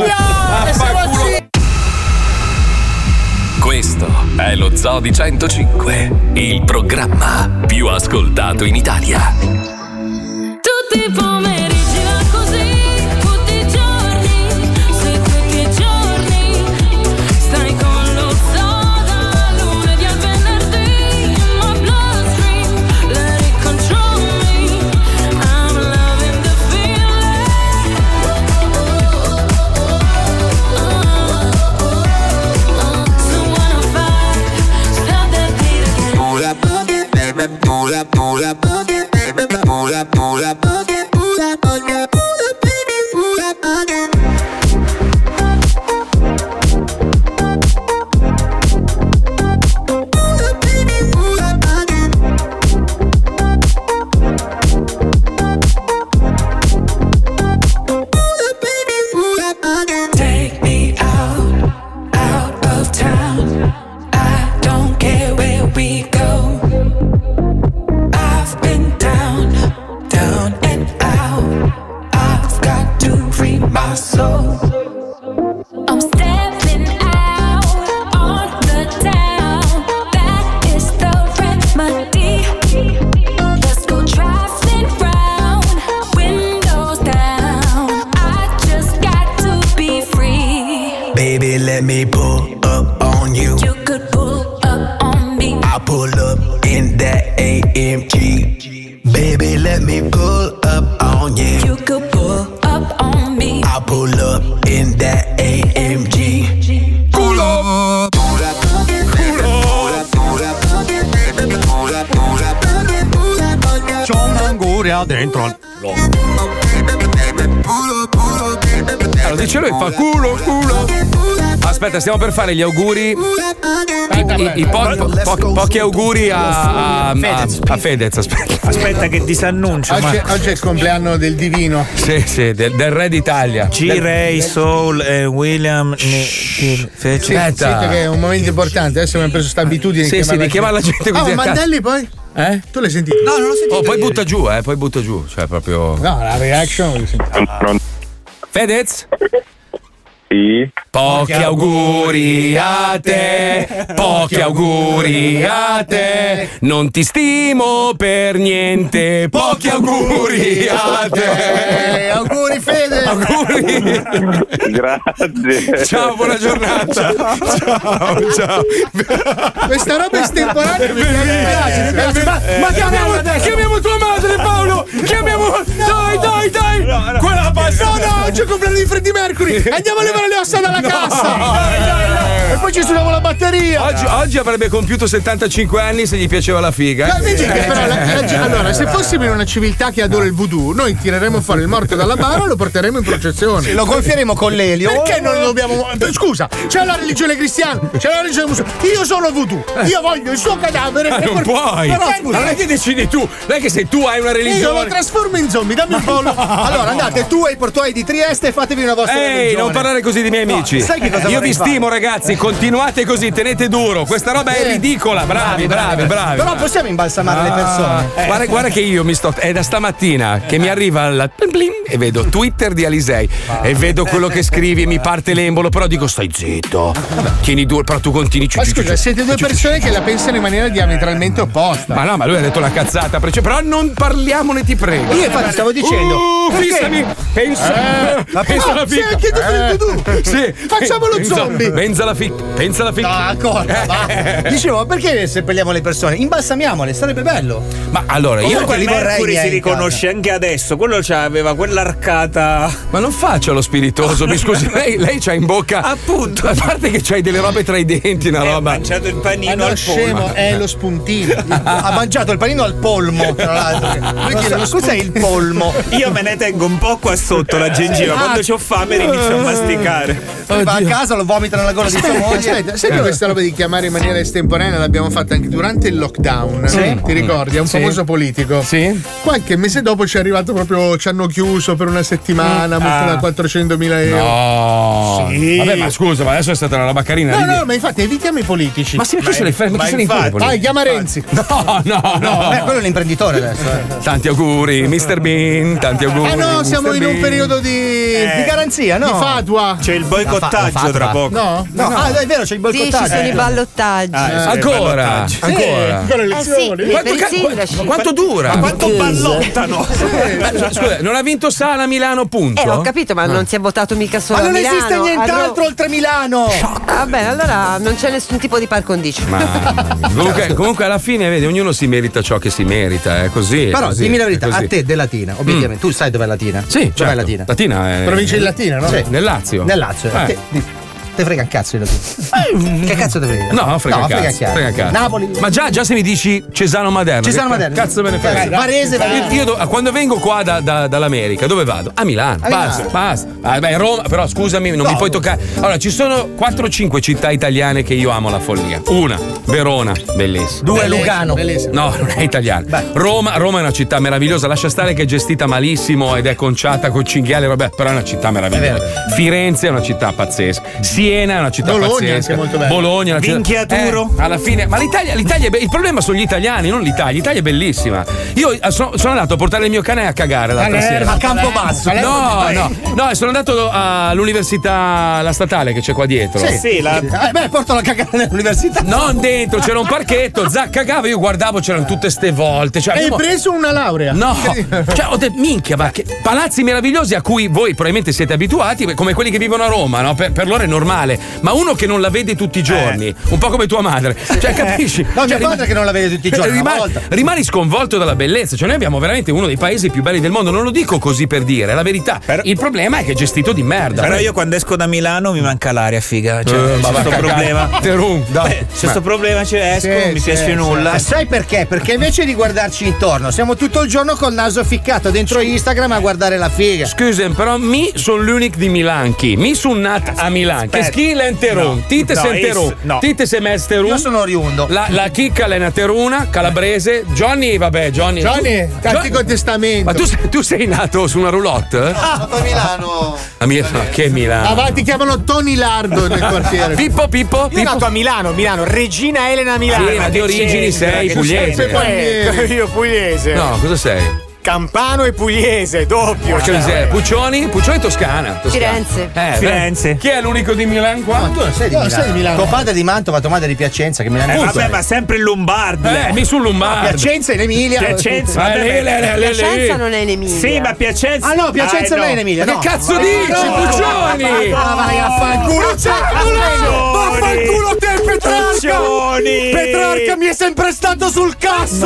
Questo è lo Zoo di 105, il programma più ascoltato in Italia. Tutti i pomeriggi va così, tutti i giorni, sei te che giorni, stai I'm stepping out on the town. That is the remedy. Let's go driving round, windows down. I just got to be free. Baby, let me pull up on you. You could pull up on me. I pull up in that AMG. Baby, let me pull up on you. You could pull up on me. I pull up in that AMG. Pull up. C'ho un'anguria dentro. Lo dice lui, fa culo. Aspetta, stiamo per fare gli auguri. Pochi auguri a Fedez. Aspetta che disannuncio. Oggi è il compleanno del divino. Sì, del re d'Italia. G-Ray, Soul e William. Aspetta, che è un momento importante. Adesso abbiamo preso questa abitudine di chiamare la gente così. Oh, Mandelli poi? Tu l'hai sentito? No, non l'ho sentito. Poi butta giù. Cioè, proprio. No, la reaction l'ho sentita. Fedez? Sì. Pochi auguri a te, non ti stimo per niente, pochi auguri a te. Auguri Fede. Auguri. Grazie. Ciao, buona giornata. Ciao. Questa roba estemporanea mi piace. Ma chiamiamo tua madre, Paolo. Dai. Quella basta. No, c'è il compleanno di Freddie Mercury. Andiamo a levare le ossa dalla cassa. Dai. E poi ci suoniamo la batteria. Oggi avrebbe compiuto 75 anni se gli piaceva la figa. Allora, se fossimo in una civiltà che adora il voodoo, noi tireremo fuori il morto dalla bara e lo porteremo in processione. Sì, lo gonfieremo con l'elio. Perché non dobbiamo. Scusa, c'è la religione cristiana, c'è la religione musulmana. Io sono voodoo. Io voglio il suo cadavere. Non puoi. Però scusa, non è che decidi tu. Non è che se tu hai una religione. Io lo trasformo in zombie, dammi un pollo. Allora andate tu e i portuai di Trieste e fatevi una vostra religione. Ehi, non parlare così di miei amici. Sai che cosa io vi fare? stimo, ragazzi, continuate così, tenete duro. Questa roba è ridicola. Bravi. Però possiamo imbalsamare le persone. Guarda che io mi sto. È da stamattina che mi arriva la e vedo Twitter di Alisei e vedo quello che scrivi e mi parte l'embolo, però dico stai zitto. Tieni duro, però tu continui. Ma scusa, siete due persone che la pensano in maniera diametralmente opposta. Ma no, ma lui ha detto una cazzata, però non parliamone, ti prego. Io infatti stavo dicendo. Fissami. Pensa alla fica. Anche tu per il voodoo. Sì. Facciamo lo zombie. Pensa alla fica. No, ancora. Dicevo, ma perché seppelliamo le persone? Imbalsamiamole, sarebbe bello. Ma allora, io comunque Mercury si riconosce anche adesso. Quello aveva quell'arcata. Ma non faccia lo spiritoso, mi scusi, lei c'ha in bocca. Appunto. A parte che c'hai delle robe tra i denti, una roba. Ha mangiato il panino al scemo, polmo. è lo spuntino. Ha mangiato il panino al polmo, tra l'altro. Cos'è il polmo? Io me ne tengo un po' qua sotto la gengiva. Quando c'ho fame inizio a masticare. Poi va a casa, lo vomita nella gola di sua moglie. Aspetta, sai che questa roba di chiamare in maniera estemporanea l'abbiamo fatta anche durante il lockdown? Sì. Ti ricordi? È un famoso politico. Sì. Qualche mese dopo ci è arrivato proprio. Ci hanno chiuso per una settimana, multa da 400.000 euro. No. Sì. Vabbè, ma scusa, ma adesso è stata una roba carina. No, ma infatti evitiamo i politici. Ma sì, perché se ne fai? Ma chi se ne importa? Vai, chiama Renzi. No. Quello è l'imprenditore adesso. Tanti auguri, Mr. Bean. Tanti auguri. No, siamo in un periodo di garanzia, no? Di fatua. C'è il boicottaggio tra poco. No? È vero, c'è il boicottaggio. Sì, ci sono i ballottaggi. Ancora. Ancora elezioni. Per i sindaci. Ma quanto dura? Ma quanto ballottano? Scusa, non ha vinto Sala Milano, punto. Ho capito, ma non si è votato mica solo Ma a non Milano. esiste nient'altro oltre Milano. Vabbè, allora non c'è nessun tipo di par condicio. Comunque alla fine, vedi, ognuno si merita ciò che si merita, è così. Però così, dimmi la verità, così. a te della Latina, obiettivamente, tu sai dov'è Latina? Sì, dov'è certo. Latina? Latina è Provincia di Latina, no? Sì, nel Lazio. Nel Lazio. Te frega un cazzo di Latina. Che cazzo te frega? No, frega cazzo. Napoli. Ma già se mi dici Cesano Maderno. Cesano Maderno. Cazzo me ne frega. Varese. Io quando vengo qua dall'America, dove vado? A Milano. Basta. Roma, però scusami, non mi puoi toccare. Allora, ci sono 4-5 città italiane che io amo la follia. Una, Verona, bellissima. 2, Lugano. No, non è italiana. Roma è una città meravigliosa. Lascia stare che è gestita malissimo ed è conciata con cinghiali, vabbè, però è una città meravigliosa. Firenze è una città pazzesca. Siena è una città Bologna pazzesca. anche molto bella. Bologna, Vinchiaturo. alla fine, ma l'Italia il problema sono gli italiani, non l'Italia. L'Italia è bellissima. Io sono andato a portare il mio cane a cagare l'altra sera. A Campobasso. No, sono andato all'università, la statale che c'è qua dietro. Portalo a cagare nell'università. Non dentro, c'era un parchetto, cagava, io guardavo, c'erano tutte ste volte. Cioè, Hai preso una laurea? No, cioè ho detto, minchia, ma che palazzi meravigliosi a cui voi probabilmente siete abituati, come quelli che vivono a Roma, no? Per loro è normale, ma uno che non la vede tutti i giorni, un po' come tua madre, cioè capisci? No, Cioè, mia madre che non la vede tutti i giorni. Rimani sconvolto dalla bellezza, cioè noi abbiamo veramente uno dei paesi più belli del mondo, non lo dico così per dire, è la verità. Il problema è che è gestito di merda. Però io quando esco da Milano mi manca l'aria, figa. Cioè, c'è questo problema. C'è questo problema, esco, non mi piace nulla. Sai perché? Perché invece di guardarci intorno, siamo tutto il giorno col naso ficcato dentro Instagram a guardare la figa. Scusa, però mi sono l'unico di Milanchi. Mi sono nato a Milano. Che schi l'enterun. Tite senterun. Tite se mesterun. Io sono oriundo. La chicca è una teruna, calabrese. Johnny, Antico Testamento. Ma tu sei nato su una roulotte? Nato a Milano. A Milano? Che Milano? Avanti, chiamano Tony Lardo nel quartiere. Pippo. Io sono nato a Milano, Regina Elena Milano. Sì, ma di origini sei pugliese. Io pugliese. No, cosa sei? Campano e pugliese, doppio. Puccioni Toscana. Firenze. Chi è l'unico di Milano qua? No, tu non sei di Milano. Tuo padre di Mantova, tua madre di Piacenza. Che Milano vabbè, ma sempre il Lombardo. Mi su Lombardo. Piacenza in Emilia. Piacenza non è in Emilia. Sì, ma Piacenza. Ah no, Piacenza non è in Emilia. Che cazzo dici, Puccioni? Vai a fanculo. Vaffanculo te, Petrarca mi è sempre stato sul cazzo.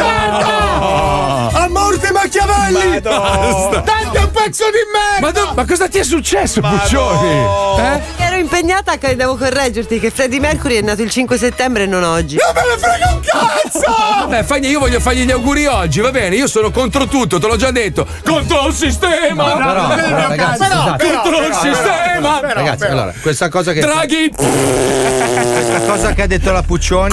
A morte Machiavelli. Basta. Tanto un pezzo di merda. Ma cosa ti è successo, Puccioni? Ero impegnata che devo correggerti che Freddie Mercury è nato il 5 settembre e non oggi. Non me ne frega un cazzo. Vabbè, io voglio fargli gli auguri oggi, va bene? Io sono contro tutto, te l'ho già detto. Contro il sistema. Contro il sistema. Ragazzi, allora, questa cosa che Draghi. Questa cosa che ha detto la Puccioni.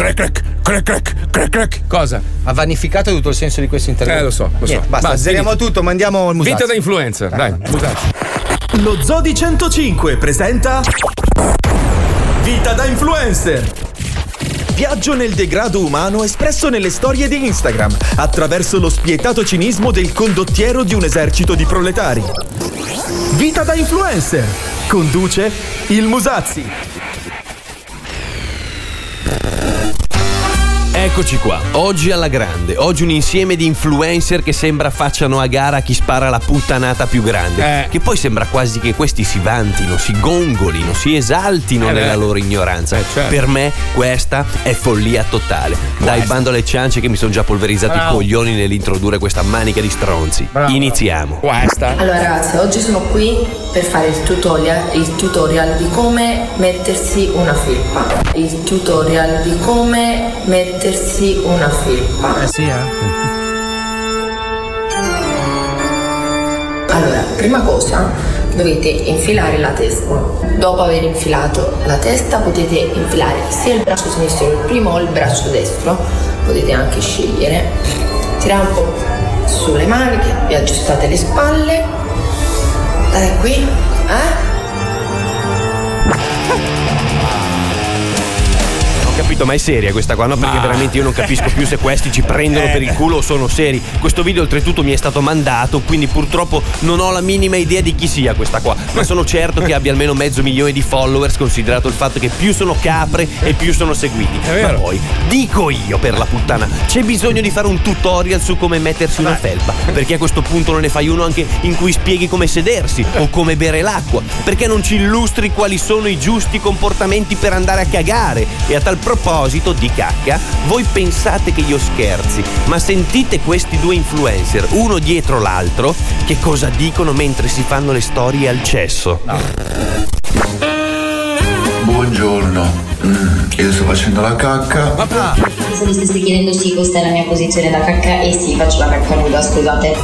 Crack. Cosa? Ha vanificato tutto il senso di questo intervento. Lo so. Basta, zeriamo tutto, mandiamo il Musazzi. Vita da influencer, dai, Musazzi. Lo Zodi 105 presenta Vita da influencer. Viaggio nel degrado umano espresso nelle storie di Instagram attraverso lo spietato cinismo del condottiero di un esercito di proletari. Vita da influencer. Conduce il Musazzi. Eccoci qua, oggi alla grande, oggi un insieme di influencer che sembra facciano a gara a chi spara la puttanata più grande, che poi sembra quasi che questi si vantino, si gongolino, si esaltino nella loro ignoranza. Certo. Per me questa è follia totale. Dai, bando alle ciance che mi sono già polverizzati i coglioni nell'introdurre questa manica di stronzi. Iniziamo. Allora ragazzi, oggi sono qui per fare il tutorial di come mettersi una felpa. Il tutorial di come mettersi una felpa. Allora, prima cosa dovete infilare la testa. Dopo aver infilato la testa potete infilare sia il braccio sinistro il primo o il braccio destro. Potete anche scegliere. Tirate un po' sulle maniche, vi aggiustate le spalle. Date qui, Ho capito, ma è seria questa qua, no? Perché veramente io non capisco più se questi ci prendono per il culo o sono seri. Questo video oltretutto mi è stato mandato, quindi purtroppo non ho la minima idea di chi sia questa qua, ma sono certo che abbia almeno 500.000 di followers, considerato il fatto che più sono capre e più sono seguiti. Ma poi, dico io per la puttana, c'è bisogno di fare un tutorial su come mettersi una felpa, perché a questo punto non ne fai uno anche in cui spieghi come sedersi o come bere l'acqua, perché non ci illustri quali sono i giusti comportamenti per andare a cagare. E a tal proposito di cacca, voi pensate che io scherzi, ma sentite questi due influencer, uno dietro l'altro, che cosa dicono mentre si fanno le storie al cesso. Buongiorno, io sto facendo la cacca. Se mi stessi chiedendo sì, questa è la mia posizione da cacca e sì, faccio la cacca nuda, scusate.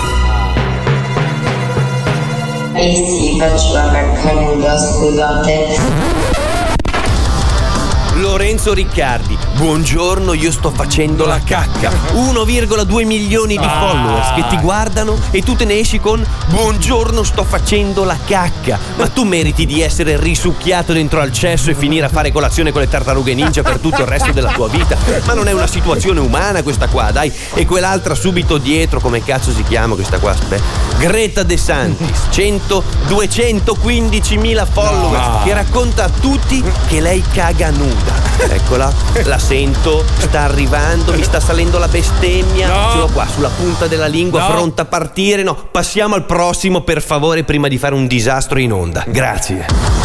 E sì, faccio la cacca nuda, scusate. Lorenzo Riccardi, buongiorno, io sto facendo la cacca. 1,2 milioni di followers che ti guardano e tu te ne esci con buongiorno, sto facendo la cacca. Ma tu meriti di essere risucchiato dentro al cesso e finire a fare colazione con le tartarughe ninja per tutto il resto della tua vita. Ma non è una situazione umana questa qua, dai. E quell'altra subito dietro, come cazzo si chiama questa qua? Aspetta. Greta De Santis, 215.000 followers, che racconta a tutti che lei caga nuda. Eccola, la sento, sta arrivando, mi sta salendo la bestemmia. Ce l'ho qua sulla punta della lingua, pronta a partire. No, passiamo al prossimo, per favore, prima di fare un disastro in onda. Grazie.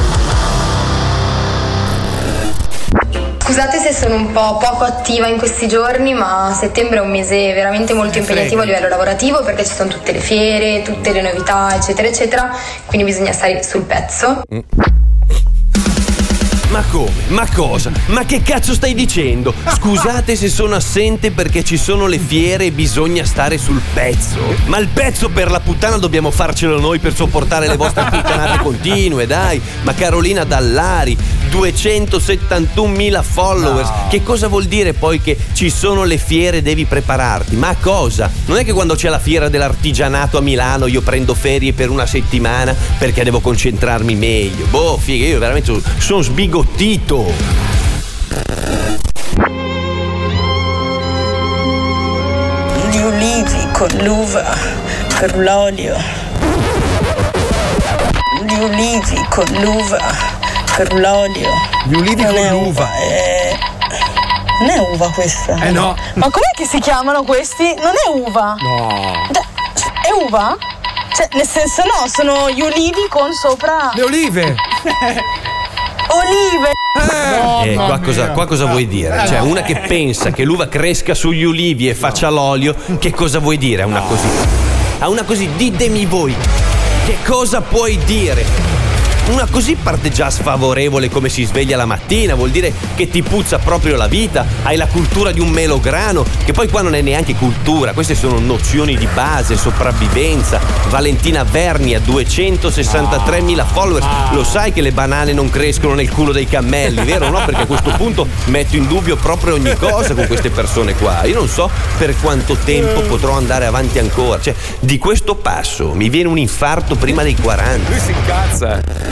Scusate se sono un po' poco attiva in questi giorni, ma settembre è un mese veramente molto impegnativo a livello lavorativo, perché ci sono tutte le fiere, tutte le novità, eccetera eccetera, quindi bisogna stare sul pezzo. Ma come? Ma cosa? Ma che cazzo stai dicendo? Scusate se sono assente perché ci sono le fiere e bisogna stare sul pezzo. Ma il pezzo per la puttana dobbiamo farcelo noi per sopportare le vostre puttanate continue, dai. Ma Carolina Dallari, 271.000 followers. Che cosa vuol dire poi che ci sono le fiere e devi prepararti? Ma cosa? Non è che quando c'è la fiera dell'artigianato a Milano io prendo ferie per una settimana perché devo concentrarmi meglio. Boh, figa, io veramente sono sbigottito. Gli ulivi con l'uva per l'olio. Gli ulivi con l'uva per l'olio. Gli ulivi con l'uva. Non è uva questa. No. Ma com'è che si chiamano questi? Non è uva. No. È uva? Cioè, nel senso no, sono gli ulivi con sopra. Le olive. Olive. Qua cosa vuoi dire? Cioè, una che pensa che l'uva cresca sugli ulivi e faccia l'olio, che cosa vuoi dire a una così? A una così, ditemi voi, che cosa puoi dire? Una così parte già sfavorevole come si sveglia la mattina, vuol dire che ti puzza proprio la vita, hai la cultura di un melograno, che poi qua non è neanche cultura, queste sono nozioni di base, sopravvivenza. Valentina Verni ha 263.000 followers, lo sai che le banane non crescono nel culo dei cammelli, vero? No? Perché a questo punto metto in dubbio proprio ogni cosa con queste persone qua. Io non so per quanto tempo potrò andare avanti ancora, cioè di questo passo mi viene un infarto prima dei 40. Lui si incazza.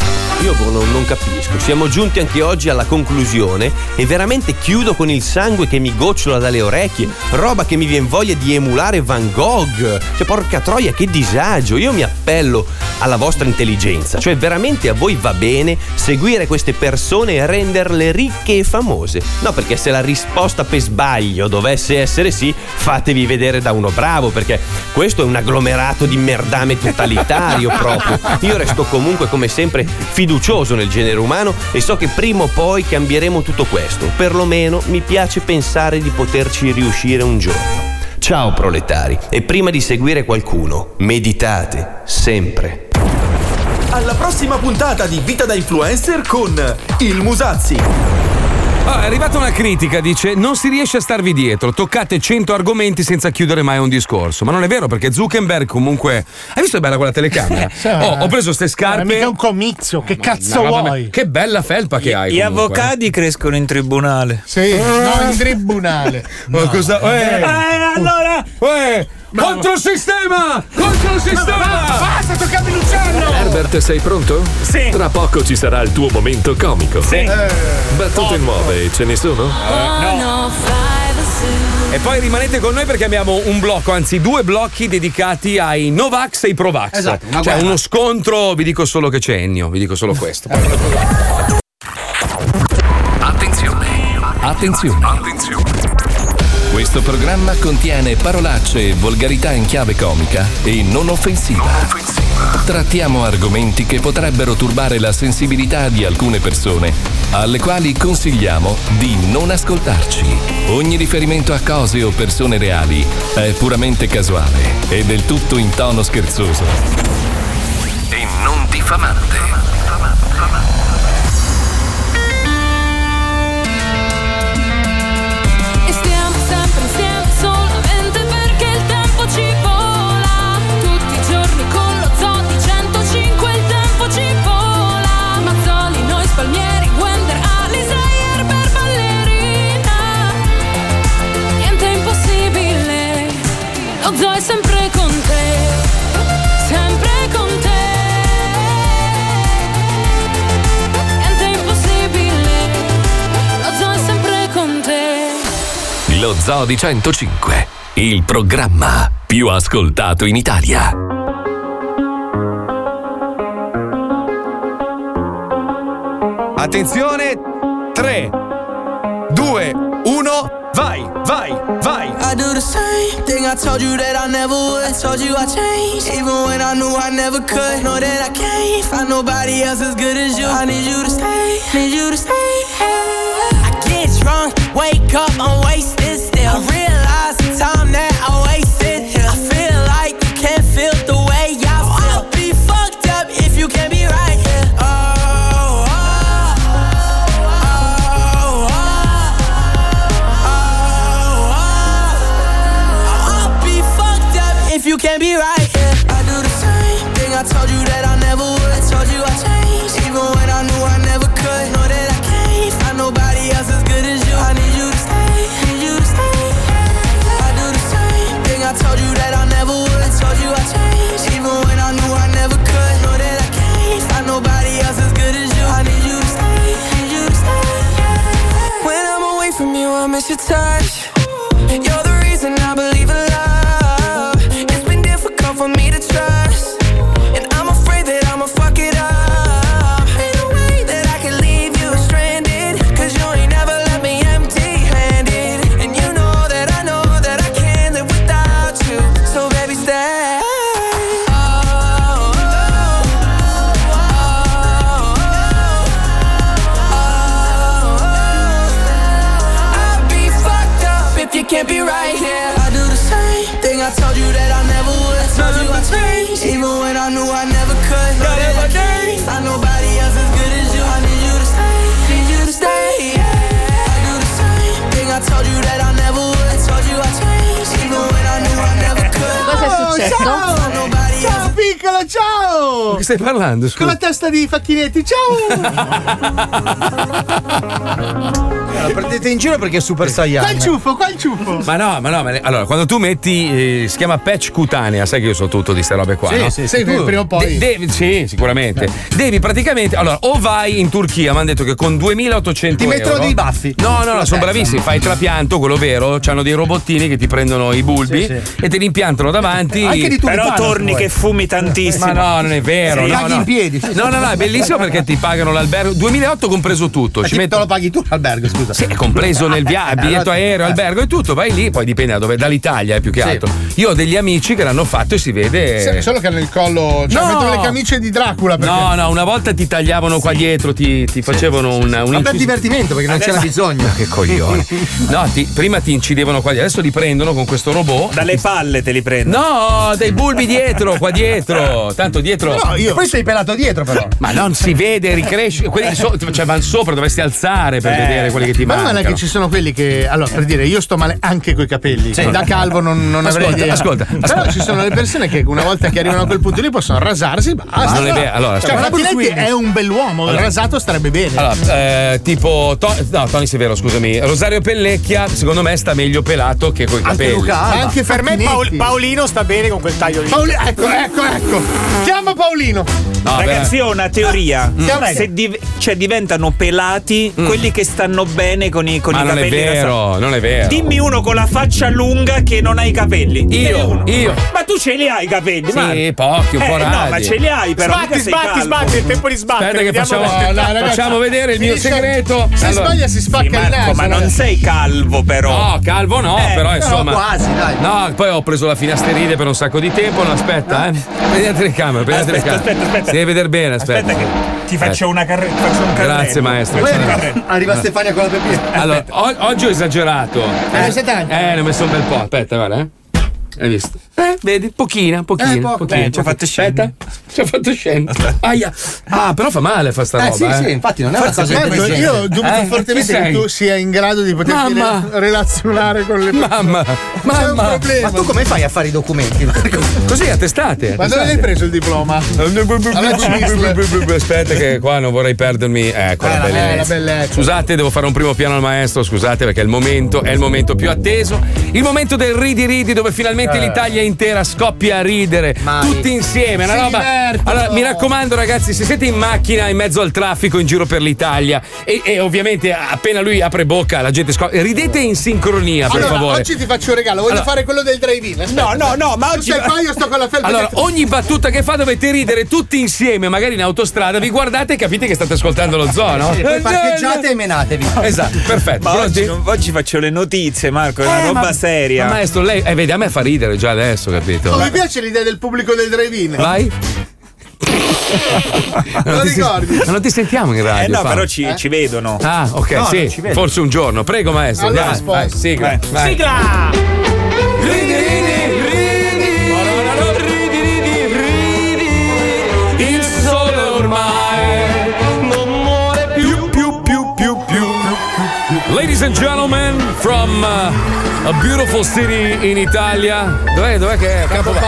Io non capisco. Siamo giunti anche oggi alla conclusione e veramente chiudo con il sangue che mi gocciola dalle orecchie, roba che mi viene voglia di emulare Van Gogh. Cioè, porca troia, che disagio. Io mi appello alla vostra intelligenza, cioè veramente a voi va bene seguire queste persone e renderle ricche e famose? No, perché se la risposta per sbaglio dovesse essere sì, fatevi vedere da uno bravo, perché questo è un agglomerato di merdame totalitario proprio. Io resto comunque come sempre fiducioso nel genere umano e so che prima o poi cambieremo tutto questo. Perlomeno mi piace pensare di poterci riuscire un giorno. Ciao proletari, e prima di seguire qualcuno, meditate sempre. Alla prossima puntata di Vita da Influencer con il Musazzi. È arrivata una critica, dice: non si riesce a starvi dietro, toccate 100 argomenti senza chiudere mai un discorso. Ma non è vero, perché Zuckerberg comunque. Hai visto che bella quella telecamera? Ho preso ste scarpe. Ma mica un comizio, che cazzo vuoi? Che bella felpa che hai. Gli avvocati crescono in tribunale. Sì, no, in tribunale. Ma cosa? Allora. Contro il sistema! Contro il sistema! Basta, toccami l'uccello! Herbert, sei pronto? Sì. Tra poco ci sarà il tuo momento comico. Sì. Battute nuove, ce ne sono? No. E poi rimanete con noi perché abbiamo un blocco, anzi 2 blocchi dedicati ai Novax e ai Provax. Esatto, cioè uno scontro, vi dico solo che c'è Ennio, vi dico solo questo. Attenzione. Questo programma contiene parolacce e volgarità in chiave comica e non offensiva. Trattiamo argomenti che potrebbero turbare la sensibilità di alcune persone, alle quali consigliamo di non ascoltarci. Ogni riferimento a cose o persone reali è puramente casuale e del tutto in tono scherzoso e non diffamante. Palmieri, Wender, Alisa e Herbert. Lo Zoo di 105, il programma più ascoltato in Italia. Attenzione, 3, 2, 1, vai. I do the same thing I told you that I never would. I told you I changed, even when I knew I never could. Know that I can't find nobody else as good as you. I need you to stay, I get drunk, wake up, I'm wasted still. I realize the time that I wasted here. I feel like you can't feel the way I feel. I'll be fucked up if you can't be right here. If you can't be right, yeah. I do the same thing I told you that I never would. I told you I changed, even when I knew I never could. Know that I can't find nobody else as good as you. I need you to stay, I do the same thing I told you that I never would. I told you I changed, even when I knew I never could. Know that I can't find nobody else as good as you. I need you to stay, When I'm away from you, I miss your touch. You're the reason I believe in love. For me to trust, and I'm afraid that I'ma fuck it up. Ain't no way that I can leave you stranded, cause you ain't never left me empty-handed. And you know that I can't live without you. So baby stay. I'll be fucked up if you can't be right here. I do the same thing I told you that I never would. Told you I changed, even when I knew I never could. Know that I can't find nobody else as good as you. I need you to stay, yeah. I do the same thing I told you that I never would. Told you I changed, even when I knew I never could. Cosa è successo? Ciao piccolo, ciao! Che stai parlando? Scusa. Con la testa di Facchinetti, ciao! Lo prendete in giro perché è Super Saiyan. Qua il ciuffo. Ma no, allora quando tu metti si chiama patch cutanea, sai che io so tutto di ste robe qua, sì, no? Sì, prima o poi. Sì, sicuramente. Devi praticamente, allora, o vai in Turchia, mi hanno detto che con 2.800 ti mettono euro, dei baffi. No, sono bravissimi, fai il trapianto, quello vero, c'hanno dei robottini che ti prendono i bulbi e te li impiantano davanti. Anche di però torni che fumi tantissimo. Ma no, non è vero. Sì, caghi in piedi. No, è bellissimo perché ti pagano l'albergo. 2008 compreso tutto. Te lo paghi tu l'albergo, scusa. Sì, è compreso nel biglietto aereo, albergo e tutto, vai lì, poi dipende da dove, dall'Italia più che altro. Io ho degli amici che l'hanno fatto e si vede. Solo che hanno il collo, cioè mettono le camicie di Dracula. Perché... No, una volta ti tagliavano qua dietro, ti facevano un per divertimento, perché non c'era bisogno. Che coglione. No, prima ti incidevano qua dietro, adesso li prendono con questo robot. Dalle palle te li prendono. No, dai bulbi dietro, qua dietro. Tanto dietro. No, poi sei pelato dietro, però. Ma non si vede, ricresce. Quelli cioè vanno sopra, dovresti alzare per vedere quelli che ti mancano. Ma non è che ci sono quelli che. Allora, per dire, io sto male anche coi capelli. Sì. Da calvo non avrei idea. Ascolta. Però ci sono le persone che una volta che arrivano a quel punto lì possono rasarsi, basta. Non è vero. Allora, Facchinetti è un bell'uomo, il rasato starebbe bene. Allora, tipo Tony Severo, scusami. Rosario Pellecchia, secondo me sta meglio pelato che coi capelli. Luca, anche per me Paolino sta bene con quel taglio lì. Ecco. Chiama Paolino. No, ragazzi, io ho una teoria. Se diventano pelati quelli che stanno bene con i capelli. Non è vero. Dimmi uno con la faccia lunga che non ha i capelli. Io. Ma tu ce li hai i capelli? Sì, pochi, un po' radi. No, ma ce li hai però. Sbatti, è tempo di sbattere. Aspetta che facciamo vedere il mio segreto. Se sbaglia si spacca il naso. Ma non sei calvo però. No, calvo no, però insomma. Quasi, dai. No, poi ho preso la finasteride per un sacco di tempo. No, aspetta, Prendi la telecamera, Aspetta. Si deve vedere bene, aspetta. Che ti faccio una carretta. Grazie, maestro. Arriva Stefania con la pepina. Allora, oggi ho esagerato. Ne ho messo un bel po'. Aspetta, guarda, Hai visto? Vedi? Pochina. Ci ha fatto scendere. Ci ha fatto scendere. Aia. Però fa male fa sta roba. Sì, infatti non è una cosa che io dubito fortemente che tu sia in grado di poter relazionare con le Mamma. Ma tu come fai a fare i documenti? Così a testate. Ma dove hai preso il diploma? Aspetta che qua non vorrei perdermi. Ecco la bellezza. Scusate, devo fare un primo piano al maestro, scusate perché è il momento più atteso. Il momento del ridi dove finalmente veramente l'Italia intera scoppia a ridere, tutti insieme, una roba. Allora, mi raccomando, ragazzi, se siete in macchina in mezzo al traffico in giro per l'Italia e ovviamente appena lui apre bocca la gente scoppia, ridete in sincronia, per favore. Oggi ti faccio un regalo, voglio fare quello del drive-in. No, ma oggi io sto con la felpa. Allora, ogni battuta che fa dovete ridere tutti insieme, magari in autostrada, vi guardate e capite che state ascoltando lo zoo, no? Poi parcheggiate e menatevi. Esatto, perfetto. Ma oggi faccio le notizie, Marco, è una roba seria. Ma maestro, lei vedi, a me fa ridere già adesso, capito? Mi piace l'idea del pubblico del drive-in. Vai. Non ti sentiamo in radio. No, però ci vedono. Ah, ok, No, sì. ci vedono. Forse un giorno. Prego, maestro. Allora, Vai, sigla. Vai. Sigla! Il sole ormai non muore più. Ladies and gentlemen, from a beautiful city in Italia. Dov'è che è?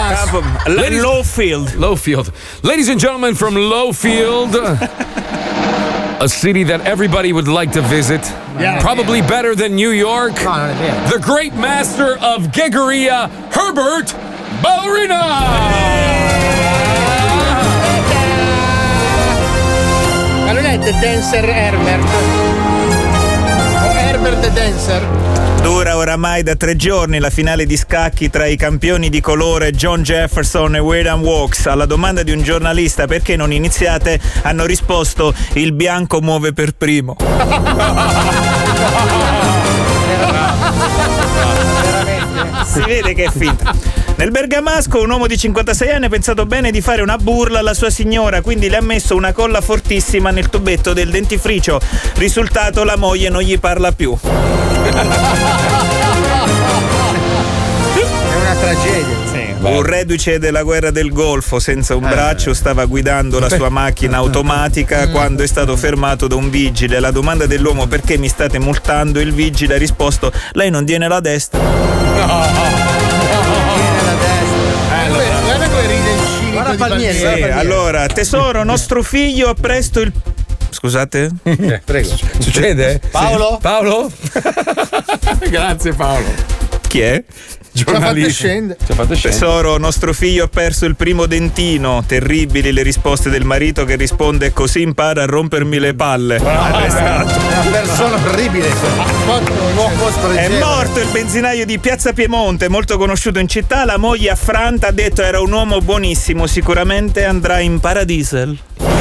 Lowfield. Ladies and gentlemen, from Lowfield, a city that everybody would like to visit. Probably better than New York. The great master of Ghegoria, Herbert Ballerina. Ma non è The Dancer Herbert? O Herbert the Dancer? Dura oramai da 3 giorni la finale di scacchi tra i campioni di colore John Jefferson e William Wilkes. Alla domanda di un giornalista perché non iniziate, hanno risposto: il bianco muove per primo. Si vede che è finta. Nel bergamasco un uomo di 56 anni ha pensato bene di fare una burla alla sua signora, quindi le ha messo una colla fortissima nel tubetto del dentifricio. Risultato, la moglie non gli parla più. È una tragedia. Un reduce della guerra del Golfo senza un braccio stava guidando la sua macchina automatica quando è stato fermato da un vigile. La domanda dell'uomo: perché mi state multando? Il vigile ha risposto: lei non tiene la destra. Guarda come ride il cinico di Palmieri. Allora, tesoro, nostro figlio ha presto il... Scusate? Prego. Succede? Paolo? Paolo? Grazie Paolo. Chi è? Giornalista. Ci ha fatto scendere. Tesoro, nostro figlio ha perso il primo dentino. Terribili le risposte del marito che risponde: così impara a rompermi le palle. È una persona orribile. È morto il benzinaio di Piazza Piemonte, molto conosciuto in città. La moglie affranta ha detto: era un uomo buonissimo, sicuramente andrà in paradiesel.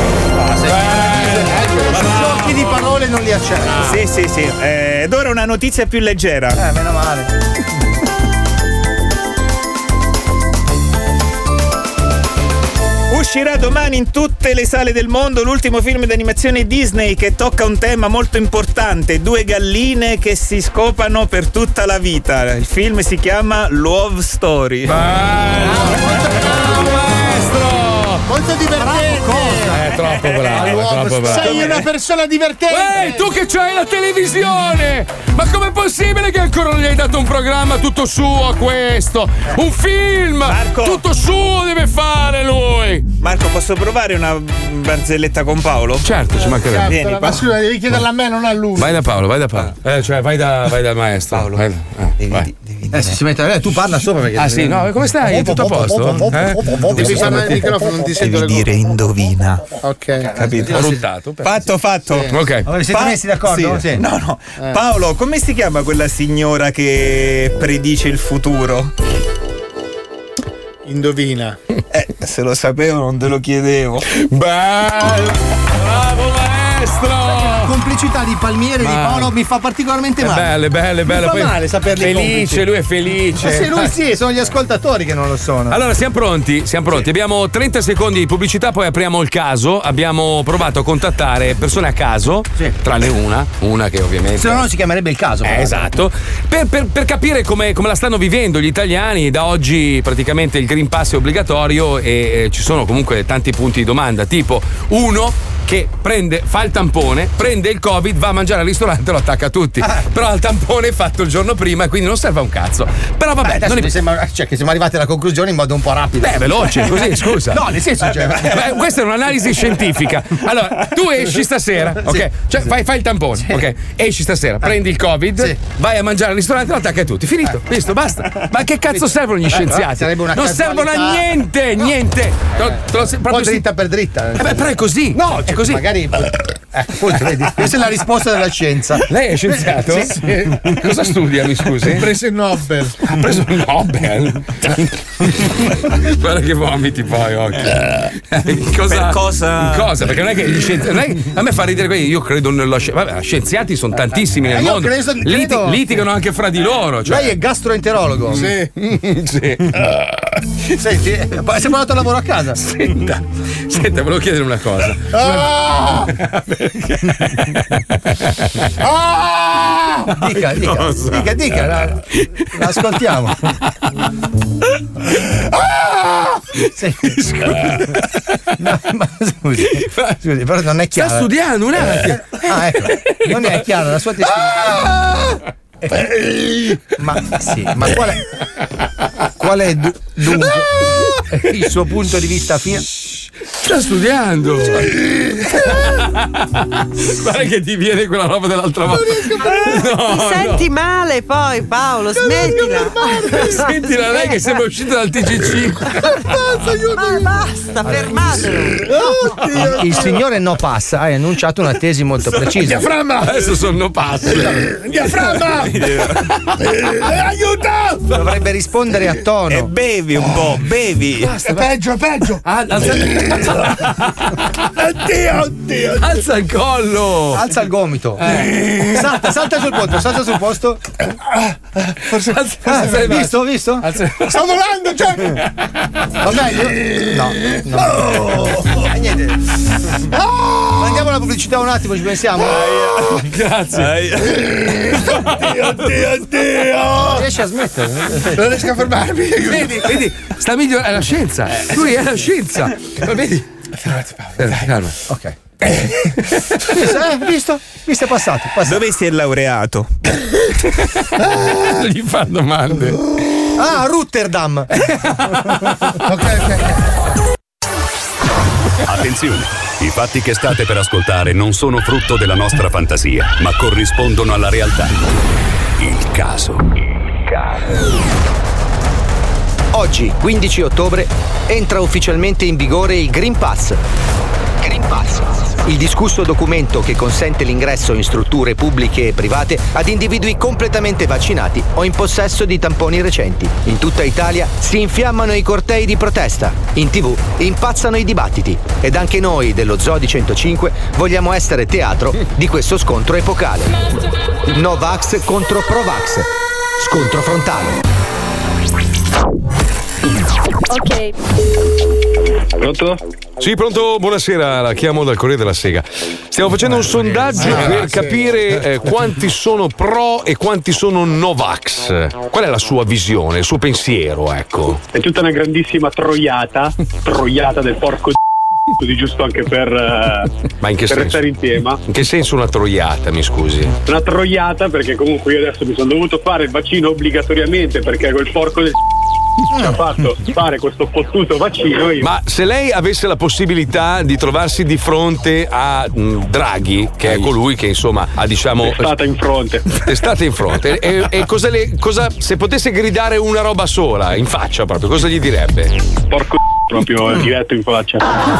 Giochi di parole non li accetto. Sì. Ed ora una notizia più leggera. Meno male. Uscirà domani in tutte le sale del mondo l'ultimo film d'animazione Disney che tocca un tema molto importante: 2 galline che si scopano per tutta la vita. Il film si chiama Love Story. Molto divertente. È troppo bravo. Sei una persona divertente. Ehi, tu che c'hai la televisione! Ma com'è possibile che ancora non gli hai dato un programma tutto suo a questo? Un film! Marco, tutto suo deve fare lui! Marco, posso provare una barzelletta con Paolo? Certo, ci mancherebbe. Vieni, Ma scusa, devi chiederla a me, non a lui. Vai da Paolo. Cioè, vai dal maestro. Paolo, vai. Se si mette tu parla sopra perché. Ah sì, no, come stai? Tutto a posto? Devi parlare al microfono, non ti sento. Devi dire indovina. Ok, capito? Ruttato. Fatto. Ok. Vi siete messi d'accordo? Sì. No. Paolo, come si chiama quella signora che predice il futuro? Indovina. Se lo sapevo non te lo chiedevo. Bravo maestro! Complicità di Palmieri e di Paolo mi fa particolarmente male. Belle. Mi fa Poi male saperli felice, complici. lui è felice. Ma se lui sì, sono gli ascoltatori che non lo sono. Allora, siamo pronti. Abbiamo 30 secondi di pubblicità, poi apriamo il caso. Abbiamo provato a contattare persone a caso, tranne una che ovviamente. Se no non si chiamerebbe il caso. Esatto. Per capire come la stanno vivendo gli italiani. Da oggi praticamente il Green Pass è obbligatorio e ci sono comunque tanti punti di domanda. Tipo, uno, che fa il tampone, prende il Covid, va a mangiare al ristorante e lo attacca a tutti. Però il tampone è fatto il giorno prima e quindi non serve a un cazzo. Però vabbè, adesso mi sembra che siamo arrivati alla conclusione in modo un po' rapido. Veloce, così, scusa. No, nel senso, questa è un'analisi scientifica. Allora, tu esci stasera, ok? Cioè, fai il tampone, ok? Esci stasera, prendi il Covid, vai a mangiare al ristorante e lo attacchi a tutti. Finito, visto, basta. Ma che cazzo servono gli scienziati? Non servono a niente. Proprio dritta per dritta. Però è così. No, è così. Magari. Appunto, vedi, questa è la risposta della scienza. Lei è scienziato? Sì. Cosa studia, mi scusi? Ha preso il Nobel. Ha preso il Nobel? Guarda che vomiti poi, occhio. Cosa? Perché non è che gli scienziati. A me fa ridere quelli. Io credo nello vabbè, scienziati sono tantissimi nel mondo. Litigano anche fra di loro. Cioè. Lei è gastroenterologo. Sì. Senti, siamo andato a lavoro a casa. Senta, volevo chiedere una cosa. Dica, l'ascoltiamo. Scusi, però non è chiaro. Sta studiando un attimo. Ecco, non è chiaro la sua testimonianza. Ma qual è dunque il suo punto di vista sta studiando. Guarda che ti viene quella roba dell'altra volta. Ti senti male poi, Paolo, smettila. Sentila lei che sembra uscita dal TG5. Basta, fermatelo. Il signore No Pass ha enunciato una tesi molto precisa. Diaframma! Adesso sono No Pass. Diaframma! Aiuto! Dovrebbe rispondere a tono. E bevi un po', bevi. Basta, peggio. Oddio. Alza il collo. Alza il gomito. Salta sul posto. Forse visto? Sta volando, cioè. Va meglio? No. Niente. Andiamo alla pubblicità un attimo, ci pensiamo. Grazie. Oddio. Riesci a smettere? Non riesco a fermarmi. Vedi, sta migliorando. È la scienza. Lui è la scienza. Vedi? Calma. Ok. Visto è passato. Dove si è laureato? Gli fa domande. Rotterdam. Ok. Attenzione, i fatti che state per ascoltare non sono frutto della nostra fantasia, ma corrispondono alla realtà. Il caso. Oggi, 15 ottobre, entra ufficialmente in vigore il Green Pass. Il discusso documento che consente l'ingresso in strutture pubbliche e private ad individui completamente vaccinati o in possesso di tamponi recenti. In tutta Italia si infiammano i cortei di protesta, in TV impazzano i dibattiti ed anche noi dello Zodi 105 vogliamo essere teatro di questo scontro epocale. Novax contro Provax. Scontro frontale. Ok. Pronto? Sì, pronto, buonasera, la chiamo dal Corriere della Sega. Stiamo facendo un sondaggio per capire quanti sono pro e quanti sono Novax. Qual è la sua visione, il suo pensiero, ecco? È tutta una grandissima troiata del porco di giusto anche per restare in tema. In che senso una troiata, mi scusi? Una troiata perché comunque io adesso mi sono dovuto fare il vaccino obbligatoriamente perché quel porco del ci ha fatto fare questo fottuto vaccino. Ma se lei avesse la possibilità di trovarsi di fronte a Draghi, che è colui che insomma ha è stata in fronte e cosa se potesse gridare una roba sola in faccia proprio, cosa gli direbbe? Porco proprio diretto in faccia.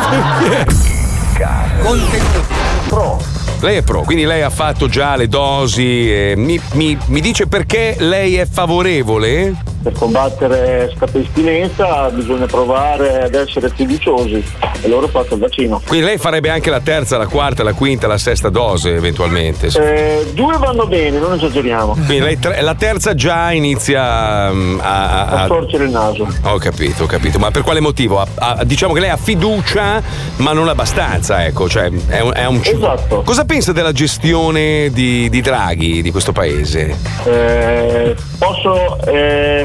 Lei è pro, quindi lei ha fatto già le dosi. Mi dice perché lei è favorevole? Per combattere questa pestilenza bisogna provare ad essere fiduciosi e loro hanno fatto il vaccino. Quindi lei farebbe anche la terza, la quarta, la quinta, la sesta dose eventualmente? 2 vanno bene, non esageriamo. Quindi lei la terza già inizia a storcere il naso. Ho capito, ma per quale motivo? Diciamo che lei ha fiducia ma non abbastanza, ecco, cioè è un esatto. Cosa pensa della gestione di Draghi, di questo paese?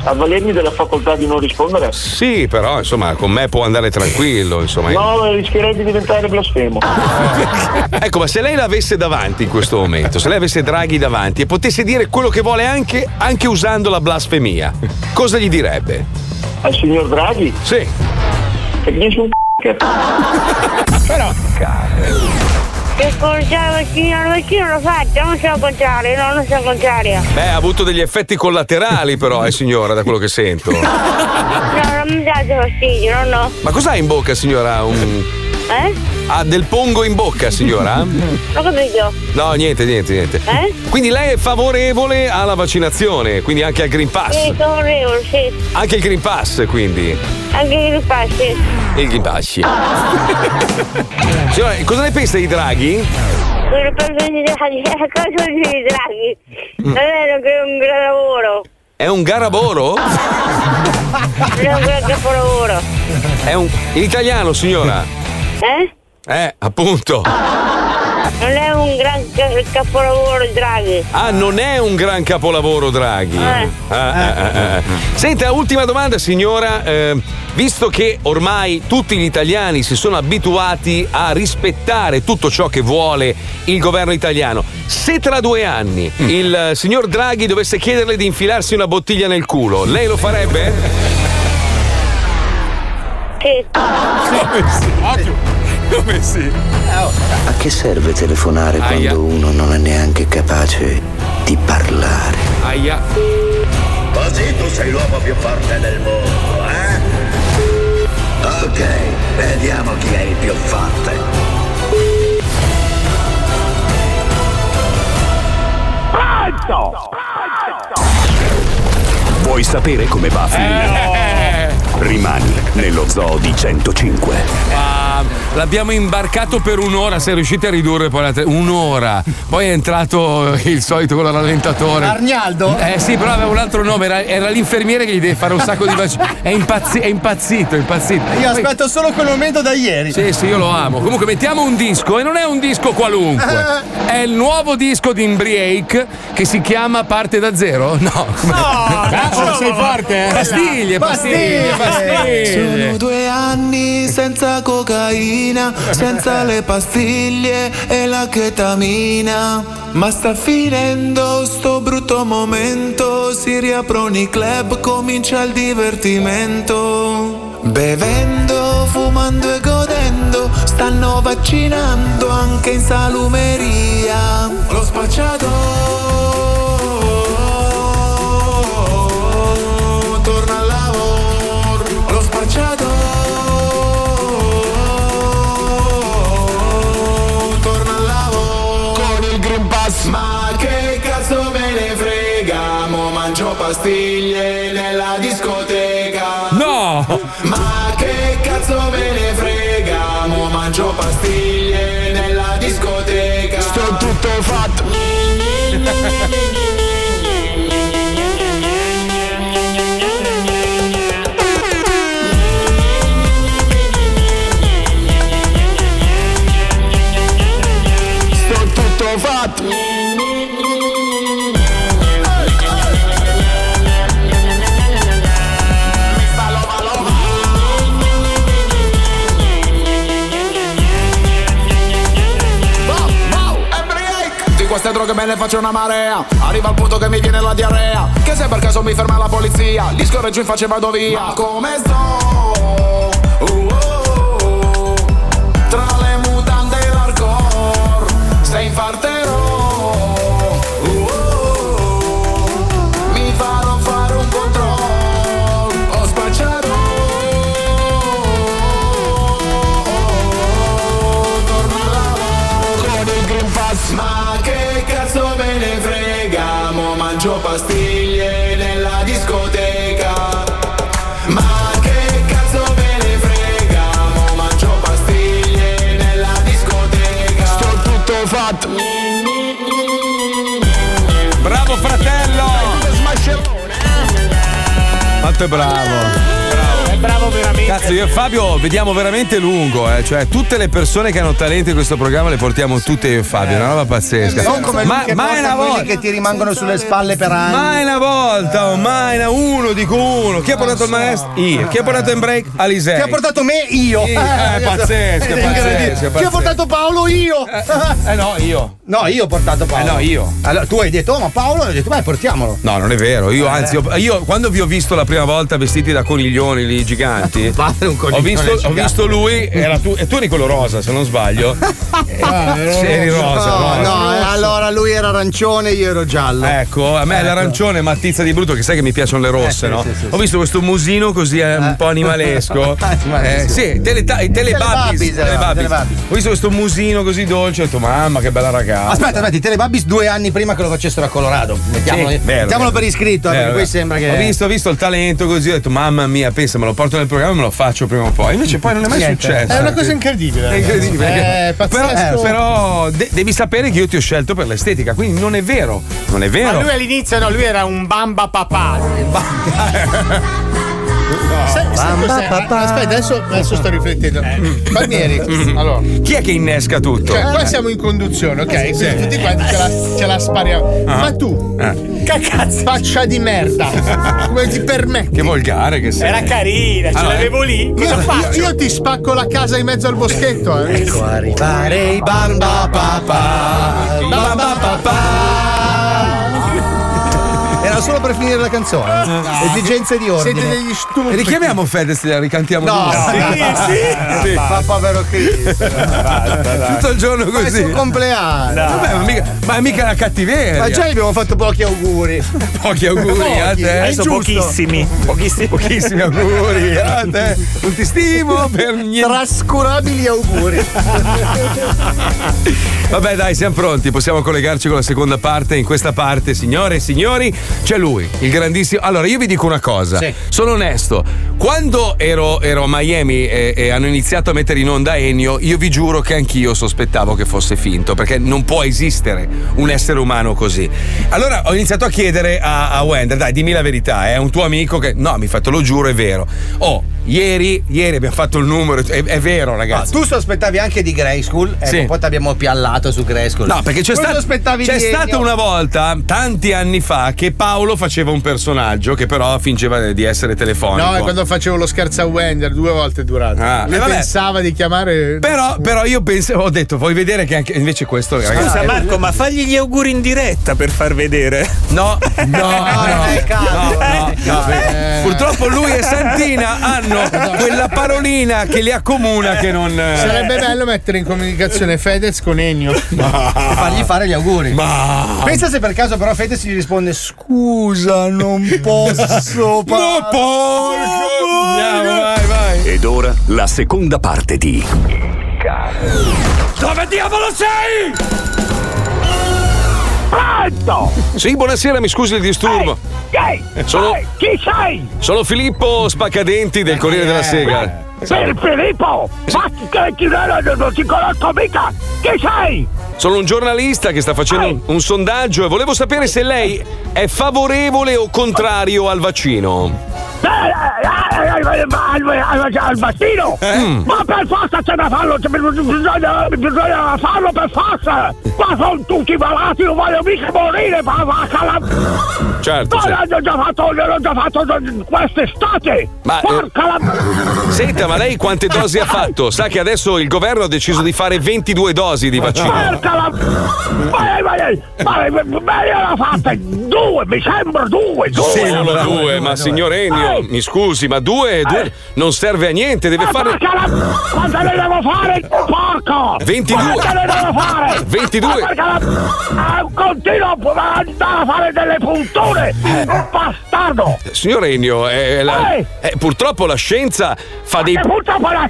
avvalermi della facoltà di non rispondere? Sì, però insomma con me può andare tranquillo, insomma. No, rischierei di diventare blasfemo. Ecco, ma se lei l'avesse davanti in questo momento, se lei avesse Draghi davanti e potesse dire quello che vuole anche usando la blasfemia, cosa gli direbbe? Al signor Draghi? Sì. Che dice un però che conciare il vaccino lo faccio, non sono contrario, no, non sono contraria. Beh, ha avuto degli effetti collaterali però, signora, da quello che sento. No, non mi date fastidio, no. Ma cos'ha in bocca, signora? Ha del pongo in bocca, signora? Non ho capito. No, niente. Quindi lei è favorevole alla vaccinazione, quindi anche al Green Pass? Sì, favorevole, sì. Anche il Green Pass, quindi? Anche il Green Pass, sì. Il Green Pass. Signora, cosa ne pensa di Draghi? Cosa di Draghi? Non è un gran lavoro. È un garaboro? Non è un gran capolavoro. In italiano, signora? Appunto. Non è un gran capolavoro Draghi. Ah, non è un gran capolavoro Draghi. Senta, ultima domanda, signora. Visto che ormai tutti gli italiani si sono abituati a rispettare tutto ciò che vuole il governo italiano, se tra 2 anni il signor Draghi dovesse chiederle di infilarsi una bottiglia nel culo, lei lo farebbe? Sì. Come sì? A che serve telefonare quando uno non è neanche capace di parlare? Aia. Così tu sei l'uomo più forte del mondo, eh? Ok, vediamo chi è il più forte. Pronto! Vuoi sapere come va a finire? Rimani nello zoo di 105. L'abbiamo imbarcato per un'ora, sei riusciti a ridurre poi un'ora. Poi è entrato il solito con il rallentatore. Arnaldo? Sì, però aveva un altro nome, era l'infermiere che gli deve fare un sacco di vaccini. È impazzito. Io aspetto solo quel momento da ieri. Sì, io lo amo. Comunque mettiamo un disco, e non è un disco qualunque. È il nuovo disco di Embriake che si chiama Parte da zero? No. Cazzo, sei forte, Pastiglie. Sono 2 anni senza cocaina, senza le pastiglie e la chetamina. Ma sta finendo sto brutto momento, si riaprono i club, comincia il divertimento. Bevendo, fumando e godendo, stanno vaccinando anche in salumeria. Lo spacciatore torna al lavoro, lo spacciatore torna al lavoro con il Green Pass. Ma che cazzo me ne frega, mo mangio pastiglie nella discoteca. No! Ma che cazzo me ne frega, mo mangio pastiglie nella discoteca. Sto tutto fatto. Sto tutto fatto. Queste droghe me ne faccio una marea. Arriva al punto che mi viene la diarrea, che se per caso mi ferma la polizia, li scorreggio in faccia e vado via. Ma come sto? Tra le mutande e l'hardcore, se infarterò, mi farò fare un controllo. Ho spacciato, torno al lavoro con il Green Pass. Ma che cazzo me ne frega, mo mangio pastiglie nella discoteca. Ma che cazzo me ne frega, mo mangio pastiglie nella discoteca. Sto tutto fatto. Bravo fratello! Quanto è bravo! È bravo bravo veramente. Cazzo, io e Fabio vediamo veramente lungo, cioè tutte le persone che hanno talento in questo programma le portiamo tutte io e Fabio, è una roba pazzesca. Non come ma mai una volta che ti rimangono sulle spalle per anni. Mai una volta, uno dico uno. Chi ha portato il maestro? Io. Chi ha portato in break? Alisei. Chi ha portato me? Io. Pazzesco. Chi ha portato Paolo? Io. No, io. No, io ho portato Paolo. No, io. Allora tu hai detto, ma Paolo, ho detto, vai, portiamolo. No, non è vero. Io anzi, io quando vi ho visto la prima volta vestiti da coniglioni lì giganti, ho visto lui, e tu eri quello rosa, se non sbaglio. Eri rosa. No, allora lui era arancione, io ero giallo. Ecco, a me l'arancione mattizza di brutto, che sai che mi piacciono le rosse, no? Sì. Ho visto questo musino così un po' animalesco. Sì, Teletubbies. Ho visto questo musino così dolce, ho detto mamma che bella ragazza. Aspetta, i Teletubbies 2 anni prima che lo facessero a Colorado. Mettiamolo per iscritto, perché poi sembra che. Ho visto il talento così, ho detto mamma mia, pensa, me lo porto nel programma e me lo faccio prima o poi. Invece poi non è mai successo. È una cosa incredibile. È incredibile. Pazzesco. Però devi sapere che io ti ho scelto per l'estetica, quindi non è vero. Non è vero. Ma lui all'inizio lui era un bamba papà. Aspetta, adesso sto riflettendo. Palmieri, allora. Chi è che innesca tutto? Cioè, qua siamo in conduzione, ok? Quindi tutti quanti ce la spariamo. Ma tu, che cazzo? Faccia di merda. Come ti permetti? Che volgare che sei. Era carina, ce l'avevo lì. Cosa faccio? Io ti spacco la casa in mezzo al boschetto, Ecco arrivare i bamba papà. Bamba papà. Era solo per finire la canzone. Esigenze di ordine. Siete degli stupidi. Richiamiamo Fedez e la ricantiamo. No, sì. Papà vero Cristo. Tutto il giorno così. Ma è il suo compleanno. Vabbè, ma è mica la cattiveria. Ma già gli abbiamo fatto pochi auguri. Pochi auguri a te. Adesso pochissimi auguri a te. Non ti stimo per niente. Trascurabili auguri. Vabbè, dai, siamo pronti. Possiamo collegarci con la seconda parte. In questa parte, signore e signori, c'è lui, il grandissimo. Allora, io vi dico una cosa. Sì. Sono onesto. Quando ero a Miami e hanno iniziato a mettere in onda Ennio, io vi giuro che anch'io sospettavo che fosse finto, perché non può esistere un essere umano così. Allora ho iniziato a chiedere a Wender, dai, dimmi la verità, è un tuo amico che. No, mi ha fatto, lo giuro, è vero. Ieri abbiamo fatto il numero, è vero, ragazzi. Tu sospettavi anche di Grayskull, sì. Poi ti abbiamo piallato su Grayskull. No, perché c'è stata una volta, tanti anni fa, che Paolo faceva un personaggio che però fingeva di essere telefonico. No, è quando facevo lo scherzo a Wender, 2 volte è durato. Lui pensava di chiamare. Però io ho detto, vuoi vedere che anche invece questo, ragazzi. Scusa Marco, ma fagli gli auguri in diretta per far vedere. No. Purtroppo lui e Santina hanno quella parolina che li accomuna che non. Sarebbe bello mettere in comunicazione Fedez con Ennio e fargli fare gli auguri. Pensa se per caso però Fedez gli risponde scusa, non posso. No, porco! Andiamo, vai. Ed ora la seconda parte di Dove diavolo sei? Pronto! Sì, buonasera, mi scusi il disturbo. Chi sei? Sono Filippo Spaccadenti del Corriere della Sera. Per Filippo! Ma non ti conosco mica! Chi sei? Sono un giornalista che sta facendo un sondaggio e volevo sapere se lei è favorevole o contrario al vaccino. Al vaccino? Ma per forza c'è da farlo, bisogna farlo per forza! Qua sono tutti malati, non voglio mica morire, Certo. L'ho già fatto quest'estate! Ma senta, ma lei quante dosi ha fatto? Sa che adesso il governo ha deciso di fare 22 dosi di vaccino. Ma io l'ho fatta 2, mi sembra 2. Sembra 2, ma signor Ennio, mi scusi, ma 2 non serve a niente, deve fare. Quante ne devo fare, porco? 22. Quante ne devo fare? 22. Continuo a andare a fare delle punture, bastardo. Signor Ennio, purtroppo la scienza fa dei. Purtroppo la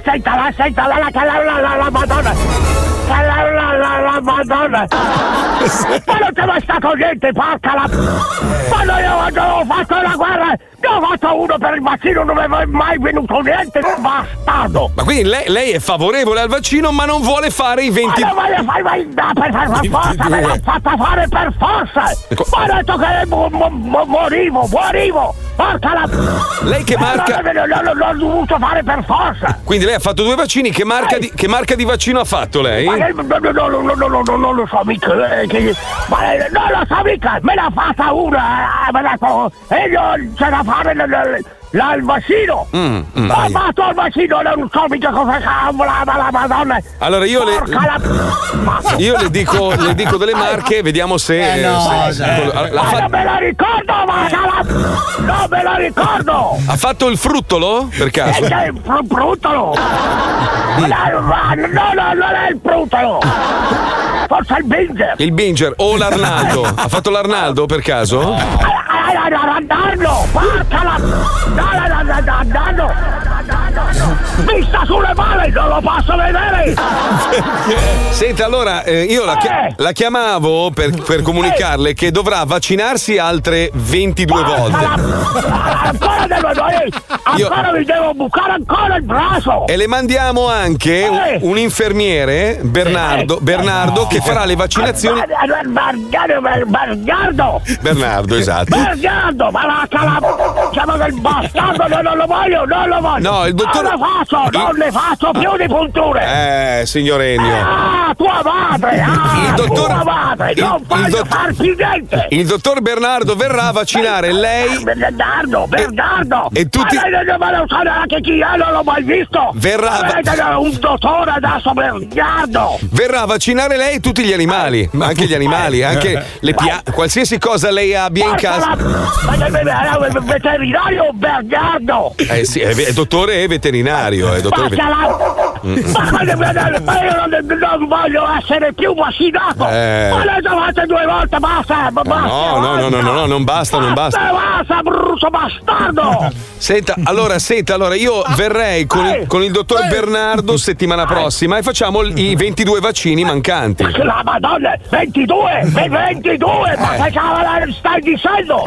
Madonna. La Madonna! Ma non c'è mai stato niente, porca la. Quando io avevo fatto la guerra, ne ho fatto uno per il vaccino, non mi è mai venuto niente, bastardo! Ma quindi lei è favorevole al vaccino, ma non vuole fare i 20. Ma non voglio fare per forza, me l'ho fatta fare per forza! Ma ho detto che morivo! Porca la... Lei che marca? L'ho dovuto fare per forza. Quindi lei ha fatto 2 vaccini, che marca di vaccino ha fatto lei? Ma non lo so mica, ma non lo so mica, me l'ha fatta una, me l'ha detto, e io c'è da fare il vaccino. Ho fatto il vaccino, non so mica cosa cavolo, la madonna. Allora io le dico delle marche, vediamo se. Non me la ricordo, non me la ricordo. Ha fatto il fruttolo per caso? Il fruttolo. No, non è il fruttolo. Forse il Binger. Il Binger o l'Arnaldo? Ha fatto l'Arnaldo per caso? Arnaldo, porca la... Arnaldo! Mi sta sulle mani, non lo posso vedere! Senta, allora, io la chiamavo per comunicarle che dovrà vaccinarsi altre 22 volte. Ancora mi devo bucare ancora il braccio! E le mandiamo anche un infermiere, Bernardo, che farà le vaccinazioni. Bernardo, esatto. Bernardo, ma la chiamo del bastardo, non lo voglio. No, il dottor... Non ne faccio più di punture. Signor Ennio. Tua madre, tua madre, non voglio farti niente. Il dottor Bernardo verrà a vaccinare lei. Bernardo. E tutti. Ma non so neanche chi è, non l'ho mai visto. Verrà un dottore adesso, Bernardo. Verrà a vaccinare lei e tutti gli animali, ma anche gli animali, anche le qualsiasi cosa lei abbia in casa. Ma è veterinario Bernardo. Sì, è dottore veterinario, è dottore ma io non voglio essere più vaccinato. Ma le dovete 2 volte, basta. No, non basta. Basta, brutto bastardo. Senta, allora io verrei con il dottor Bernardo settimana prossima e facciamo i 22 vaccini mancanti. La Madonna, 22, ma che cavolo stai dicendo?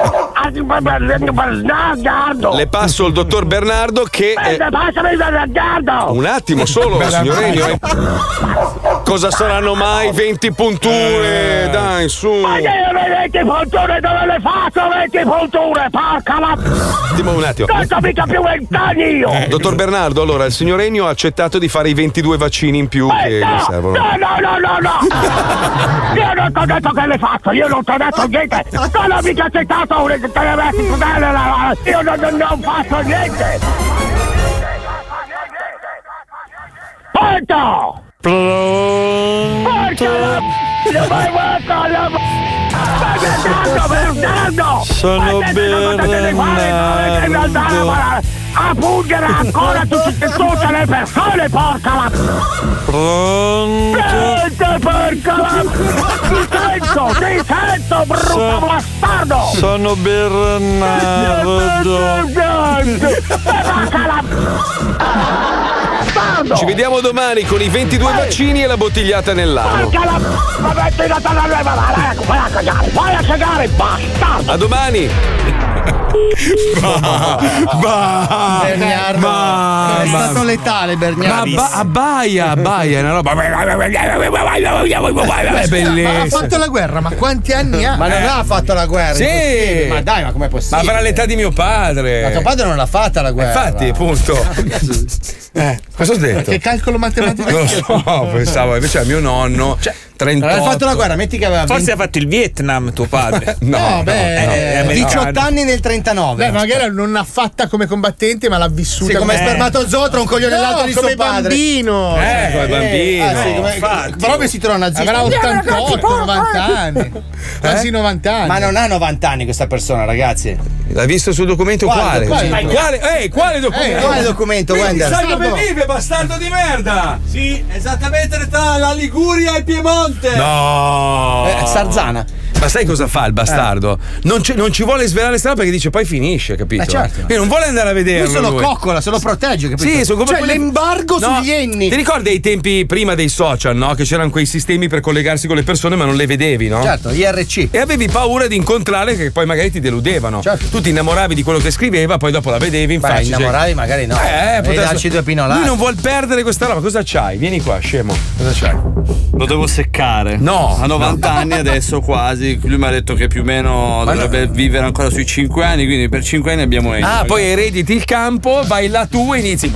Bernardo. Le passo il dottor Bernardo che passami Bernardo. Un attimo solo, signor Ennio. Cosa saranno mai 20 punture? Dai, su. Ma io le 20 punture dove le faccio 20 punture? Porca la... Un attimo. Non ho mica più 20 anni io. Dottor Bernardo, allora il signor Ennio ha accettato di fare i 22 vaccini in più che gli servono. No. Io non ti ho detto che le faccio, io non ti ho detto niente. Non ho mica accettato io non faccio niente. Pronto! Bernardo! Sono Bernardo! A pungere ancora tutte le persone, porca la... Pronto, porca la... Ti sento, brutto bastardo! Sono Bernardo! Porca la... Ci vediamo domani con i 22 vaccini e la bottigliata nell'ano. Vai a cagare, bastardo! A domani! Bernardo è stato letale, Bernardo. Ma abbaia, è una roba. È bellissimo. Ha fatto la guerra, ma quanti anni ha? Ma non ha fatto la guerra. Sì. Ma dai, ma com'è possibile? Ma avrà l'età di mio padre. Ma tuo padre non l'ha fatta la guerra. Infatti, appunto. Cosa ho detto? Che calcolo matematico? Non lo so, pensavo invece a mio nonno. 38. Ha fatto la guerra, metti che aveva Forse ha fatto il Vietnam tuo padre. No, 18 anni nel 39. Beh, magari non l'ha fatta come combattente, ma l'ha vissuta. Sì, come spermatozoo tra un coglione e l'altro di suo padre. Bambino. Come bambino. Però che si trova nazista. Avrà 88, 90 anni. Quasi 90 anni. Ma non ha 90 anni questa persona, ragazzi. L'ha visto sul documento? Quale documento? Quale documento, Wender? Sai dove vive, bastardo di merda? Sì, esattamente tra la Liguria e il Piemonte. No! Sarzana. Ma sai cosa fa il bastardo? Non ci vuole svelare strada perché dice poi finisce, capito? Certo. Quindi non vuole andare a vederlo. Lui se lo coccola, se lo protegge, capito? Sì, sono come l'embargo sugli enni. Ti ricordi ai tempi prima dei social, no? Che c'erano quei sistemi per collegarsi con le persone ma non le vedevi, no? Certo, IRC. E avevi paura di incontrarle che poi magari ti deludevano. Certo. Tu ti innamoravi di quello che scriveva, poi dopo la vedevi in faccia. Innamoravi magari no. Potresti darci 2 pinolate. Lui non vuol perdere questa roba. Cosa c'hai? Vieni qua, scemo. Cosa c'hai? Lo devo seccare. No. A 90 anni adesso quasi. lui mi ha detto che più o meno dovrebbe vivere ancora sui 5 anni, quindi per 5 anni abbiamo Ennio. Poi erediti il campo, vai là tu e inizi.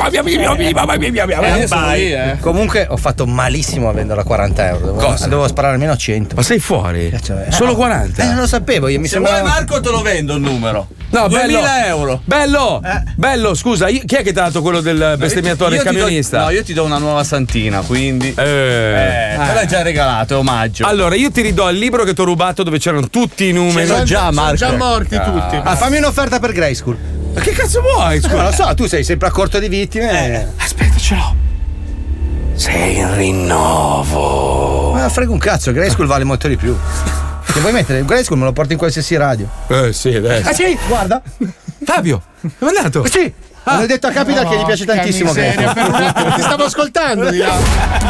Comunque ho fatto malissimo a venderla a 40 euro. Cosa? Dovevo sparare almeno a 100. Ma sei fuori? Solo 40? Non lo sapevo, io mi Se sembrava. vuoi Marco te lo vendo il numero. No, 2000 euro. Bello, scusa, chi è che ti ha dato quello del bestemmiatore, il camionista? Io ti do una nuova santina, quindi. Te l'hai già regalato, è omaggio. Allora, io ti ridò il libro che ti ho rubato dove c'erano tutti i numeri. Sono già morti tutti. Fammi un'offerta per Grayschool. Ma che cazzo vuoi? Scusa, non lo so, tu sei sempre a corto di vittime. Aspetta, ce l'ho. Sei in rinnovo. Ma frega un cazzo, Grayschool vale molto di più. Che vuoi mettere? Il Grayschool me lo porti in qualsiasi radio. Sì, adesso. Ah sì, guarda. Fabio, è andato? Sì. L'ho detto a Capital che gli piace tantissimo. Per un attimo ti stavo ascoltando di là.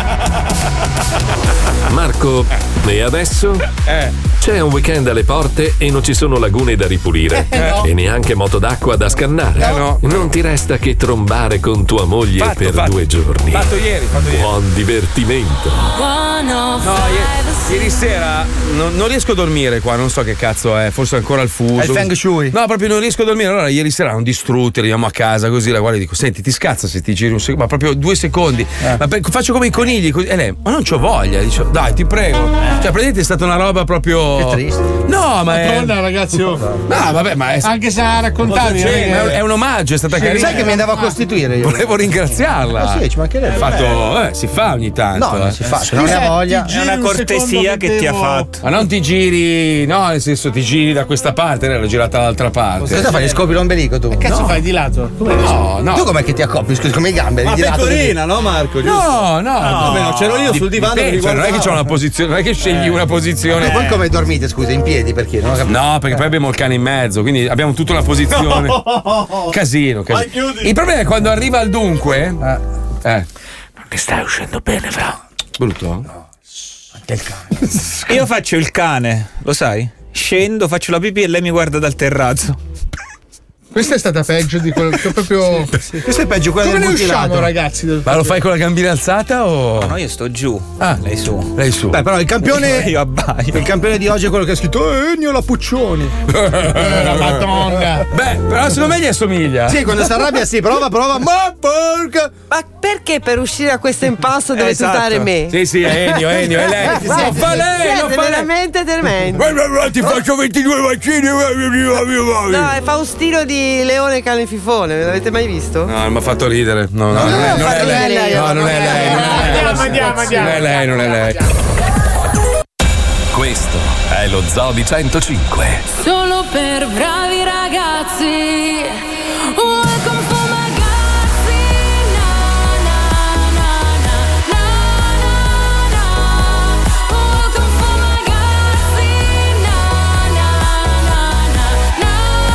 Marco, e adesso? C'è un weekend alle porte e non ci sono lagune da ripulire e neanche moto d'acqua da scannare. Non ti resta che trombare con tua moglie per 2 giorni. Fatto ieri. Buon divertimento. No, ieri sera non riesco a dormire qua, non so che cazzo è, forse ancora il fuso. È il feng shui. No, proprio non riesco a dormire. Allora ieri sera erano distrutti, arriviamo a casa così, la guarda e dico: senti, ti scazza se ti giri un secondo, ma proprio 2 secondi. Ma faccio come i conigli così. E lei, ma non c'ho voglia. Dice, dai, ti prego. Cioè, praticamente è stata una roba proprio. Che triste. No, ma è. Madonna, ragazzi, No, vabbè, ma è. anche se la raccontavi È un omaggio, è stata carina. Sai che mi andavo a costituire io? Volevo ringraziarla. Sì, ci mancherebbe. Si fa ogni tanto. No, non si fa, se non ne ha voglia. È una cortesia che ti ha fatto. Ma non ti giri, no, nel senso ti giri da questa parte, lei l'ha girata dall'altra parte. Cosa fai? Gli scopi l'ombelico tu? Che cazzo fai di lato? No. Tu com'è che ti accoppi? Scusa, come le gambe? Ma di lato pecorina, no Marco? No. Vabbè, c'ero io sul divano. Cioè, non è che c'è una posizione, non è che scegli una posizione. Voi come dormite, scusa, in piedi? Perché? Non ho capito. No, perché poi abbiamo il cane in mezzo, quindi abbiamo tutta una posizione. Casino. Il problema è quando arriva al dunque. Non ne stai uscendo bene, fra. Brutto? No. Anche il cane. Io faccio il cane, lo sai? Scendo, faccio la pipì e lei mi guarda dal terrazzo. Questa è stata peggio di quello che proprio. Questo è peggio quella Come del ne usciamo, mutilato. ragazzi? Ma lo fai con la gambina alzata o. No, io sto giù. Lei su. Beh, però il campione. Io abbaio. Il campione di oggi è quello che ha scritto Ennio la Puccioni. La Madonna. Beh, però secondo me gli assomiglia. Sì, quando si arrabbia sì, prova. Ma porca. Ma perché per uscire da questo impasto dovete usare me? Sì, Ennio, è lei. Non fa lei, non Siete fa lei. veramente tremendo. Ti faccio 22 vaccini. No, è Faustino di Leone Cane Fifone, l'avete mai visto? No, mi ha fatto ridere. No, non è lei. No, non è lei. Non è lei. Questo è lo Zoo di 105. Solo per bravi ragazzi. Welcome for my ragazzi. Na na na na na na. Welcome for my ragazzi. Na na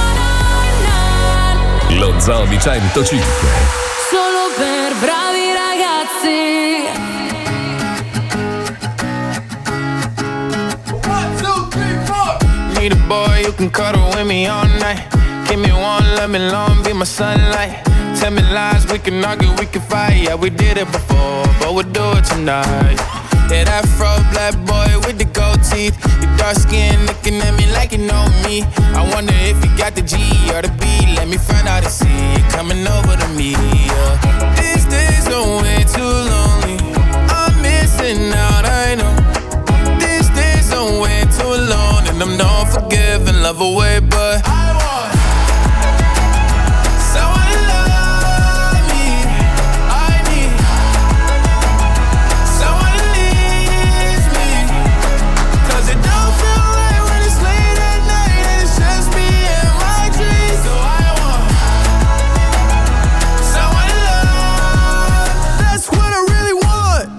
na na na. Lo Zoo di 105. Solo per bravi ragazzi. Need a boy who can cuddle with me all night. Give me one, let me long, be my sunlight. Tell me lies, we can argue, we can fight. Yeah, we did it before, but we'll do it tonight. Yeah, that fro black boy with the gold teeth. Your dark skin looking at me like you know me. I wonder if you got the G or the B. Let me find out and see you coming over to me. Yeah. These days are way too lonely. I'm missing out, I know. These days are way too alone, and I'm not forgiving, love away, but I want someone to love me. I need someone to leave me, 'cause it don't feel right when it's late at night and it's just me and my dreams. So I want someone to love. That's what I really want.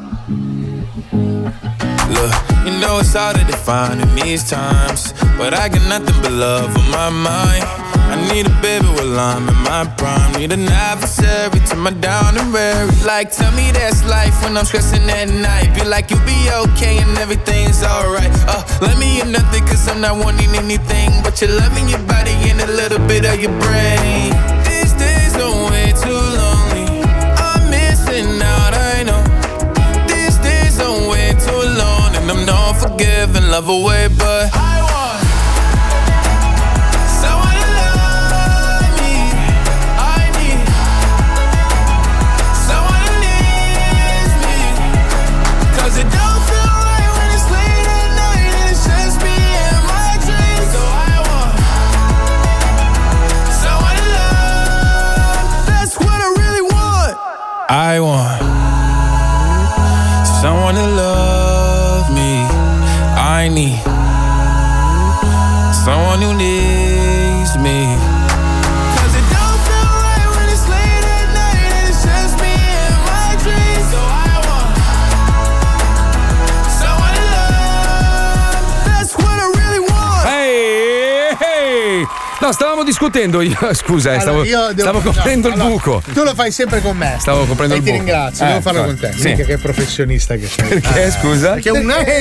Look, you know it's hard to define in these times, but I got nothing but love on my mind. I need a baby while I'm in my prime. Need an adversary to my down and weary. Like, tell me that's life when I'm stressing at night. Be like, you'll be okay and everything's alright. Let me in nothing 'cause I'm not wanting anything but your love and your body and a little bit of your brain. These days are way too lonely. I'm missing out, I know. These days are way too alone, and I'm not forgetting. give and love away, but I want someone to love me. I need someone who needs me, 'cause it don't feel right when it's late at night and it's just me and my dreams. So I want someone to love. That's what I really want. I want someone to love me. I need someone who needs me. 'Cause it don't feel right when it's late at night and it's just me and my dreams. So I want someone to love. That's what I really want. Ehi! No, stavamo discutendo io. Scusa, Allora, stavo coprendo il buco. Tu lo fai sempre con me. Stavo coprendo il buco. E ti ringrazio, devo farlo con te. Sì. Mica che professionista che sei. Perché, scusa? Perché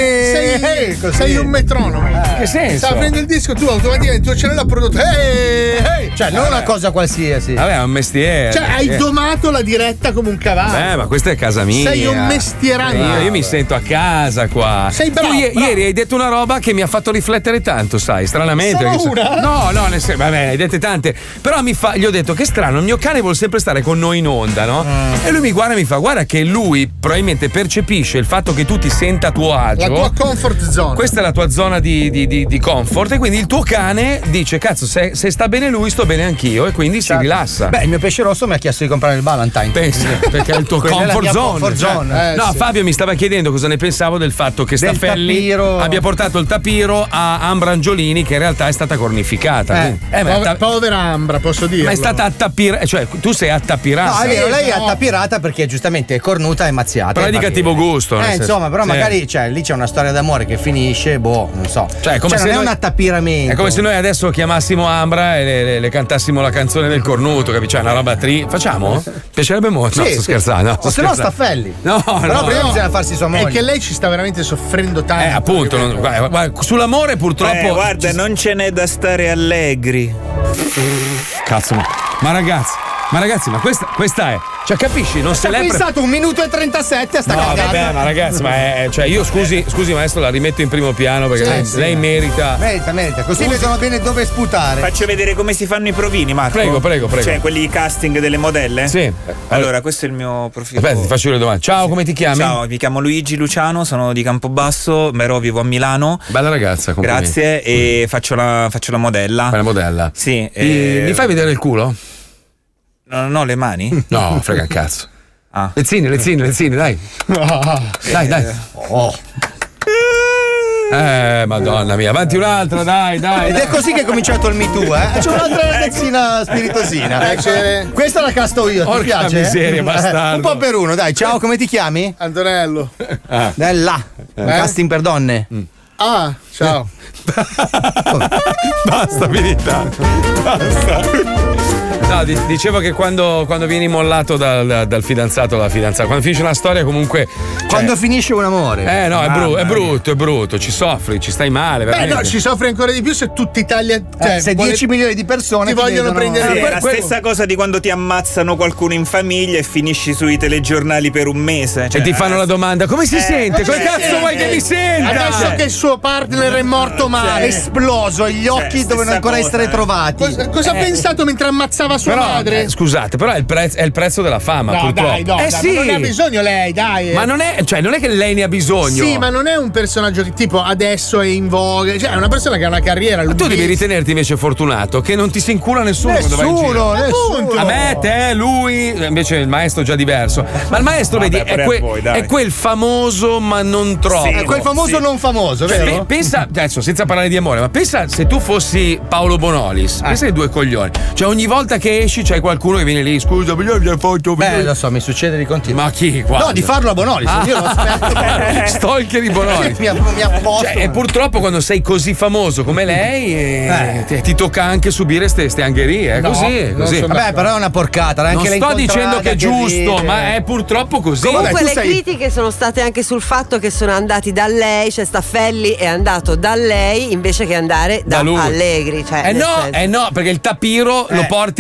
sei un metronomo. Che senso? Sta aprendo il disco, tu automaticamente il tuo cervello ha prodotto. Cioè, non una cosa qualsiasi. Vabbè, è un mestiere. Cioè, hai domato la diretta come un cavallo. Ma questa è casa mia. Sei un mestierante. Io mi sento a casa qua. Sei bravo. Tu ieri hai detto una roba che mi ha fatto riflettere tanto, sai, stranamente. Solo una? No, nel senso, vabbè, hai dette tante. Però gli ho detto che strano, il mio cane vuole sempre stare con noi in onda, no? E lui mi guarda e mi fa: guarda che lui probabilmente percepisce il fatto che tu ti senta a tuo agio. La tua comfort zone. Questa è la tua zona di comfort. E quindi il tuo cane dice: cazzo, se sta bene lui, sto bene anch'io. E quindi si rilassa. Beh, il mio pesce rosso mi ha chiesto di comprare il Valentine. Pensa, perché è il tuo Quella è la comfort mia zone. comfort zone. No, Sì. Fabio mi stava chiedendo cosa ne pensavo del fatto che Del Staffelli tapiro. abbia portato il tapiro a Ambra Angiolini, che in realtà è stata cornificata. Povera Ambra, posso dire. Ma è stata attapirata, cioè tu sei attapirata. No, è vero, lei è attapirata perché giustamente è cornuta e mazziata. Però è di cattivo gusto. nel senso. Insomma, però Sì. magari lì c'è una storia d'amore che finisce, non so. Cioè, come se non è noi- un attapiramento. È come se noi adesso chiamassimo Ambra e le cantassimo la canzone del cornuto, capisci? Cioè, una roba facciamo? Piacerebbe molto. No, Sì, sto sì. scherzando. O se no Staffelli. No, Però prima no. bisogna farsi sua moglie. È che lei ci sta veramente soffrendo tanto. Appunto, guarda, sull'amore purtroppo. Guarda, non ce n'è da stare allegri. Cazzo, ma ragazzi, ma questa è. Cioè, capisci? Non se Ho l'è pensato 1 minuto e 37 a sta No, cagata. vabbè, ma ragazzi, cioè io scusi maestro, la rimetto in primo piano perché lei merita. Merita, così vedono bene dove sputare. Faccio vedere come si fanno i provini, Marco. Prego. Cioè, quelli casting delle modelle? Sì. Allora, questo è il mio profilo. Aspetta, ti faccio le domande. Ciao, come ti chiami? Ciao, mi chiamo Luigi Luciano, sono di Campobasso, però vivo a Milano. Bella ragazza, complimenti. Grazie, e faccio la modella. Fai la modella? Sì. Mi fai vedere il culo? No, le mani? No, frega un cazzo. Lezzine, dai. Dai. Madonna mia, avanti un'altra, dai. Ed è così che è cominciato il Me Too, C'è un'altra ragazzina spiritosina. Questa la casto io, Porca ti piace? miseria, bastardo. Un po' per uno, dai. Ciao, come ti chiami? Antonello. Della. Casting per donne. Ah, ciao. Basta, finita. Basta. No, dicevo che quando vieni mollato dal fidanzato o dalla fidanzata, quando finisce una storia comunque. Quando finisce un amore. No, è brutto, ci soffri, ci stai male. Beh, veramente. no, ci soffre ancora di più se tutta Italia. Se 10 milioni di persone ti vogliono prendere. Sì, è la stessa cosa di quando ti ammazzano qualcuno in famiglia e finisci sui telegiornali per un mese. E ti fanno la domanda: come si sente? Come cazzo vuoi che mi senta? Adesso che il suo partner è morto male, esploso, e gli occhi devono ancora essere trovati. Cosa ha pensato mentre ammazzava sua madre? Scusate, però è il prezzo della fama, No, purtroppo. dai, ma sì. non ne ha bisogno lei, dai. Ma non è che lei ne ha bisogno. Sì, ma non è un personaggio che tipo adesso è in voga. Cioè, è una persona che ha una carriera. Ma tu devi ritenerti invece fortunato che non ti si incula nessuno quando vai in giro. Nessuno. A me, te, lui, invece il maestro è già diverso. Ma il maestro, vedi, è quel famoso ma non troppo. È quel famoso non famoso, vero? Pensa, adesso senza parlare di amore, ma pensa se tu fossi Paolo Bonolis, pensa ai due coglioni. Cioè ogni volta che esci c'è qualcuno che viene lì, scusa, mi hai fatto. Beh, lo so, mi succede di continuo. Ma chi? Quando? No, di farlo a Bonolis. Io lo aspetto. Stalker di Bonolis. mi apposto. Cioè, e purtroppo quando sei così famoso come lei, ti tocca anche subire ste angherie. No, così. Vabbè, però è una porcata. Non Anche sto dicendo che è giusto, ride. ma è purtroppo così. Comunque le critiche sono state anche sul fatto che sono andati da lei, cioè Staffelli è andato da lei invece che andare da lui. Allegri. Cioè, No, perché il tapiro lo porti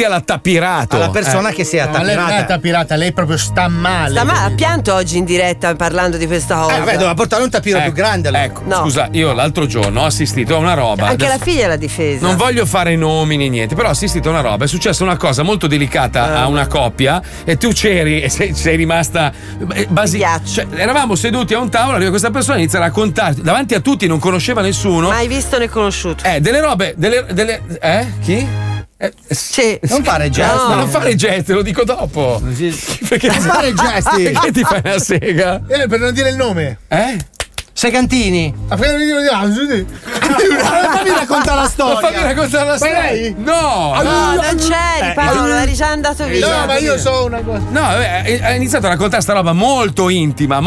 l'ha tappirato. Alla persona che si è lei non è tappirata, lei proprio sta male. Ha pianto oggi in diretta parlando di questa cosa. Doveva portare un tappiro più grande allora. Ecco, scusa, io l'altro giorno ho assistito a una roba. Anche la figlia l'ha difesa. Non voglio fare nomi né niente, però ho assistito a una roba. È successa una cosa molto delicata a una coppia e tu c'eri e sei rimasta cioè, eravamo seduti a un tavolo, arriva questa persona, inizia a raccontarti davanti a tutti, non conosceva nessuno. Mai visto né conosciuto. Delle robe, chi? Sì. Non fare gesti. No, non fare gesti, lo dico dopo. Perché non fare gesti? Perché ti fai una sega? Per non dire il nome. Segantini. Fammi raccontare la storia. Fammi raccontare la storia. Lei? No, non c'eri, Paolo, eri già andato via. No, ma io so una cosa. No, ha iniziato a raccontare sta roba molto intima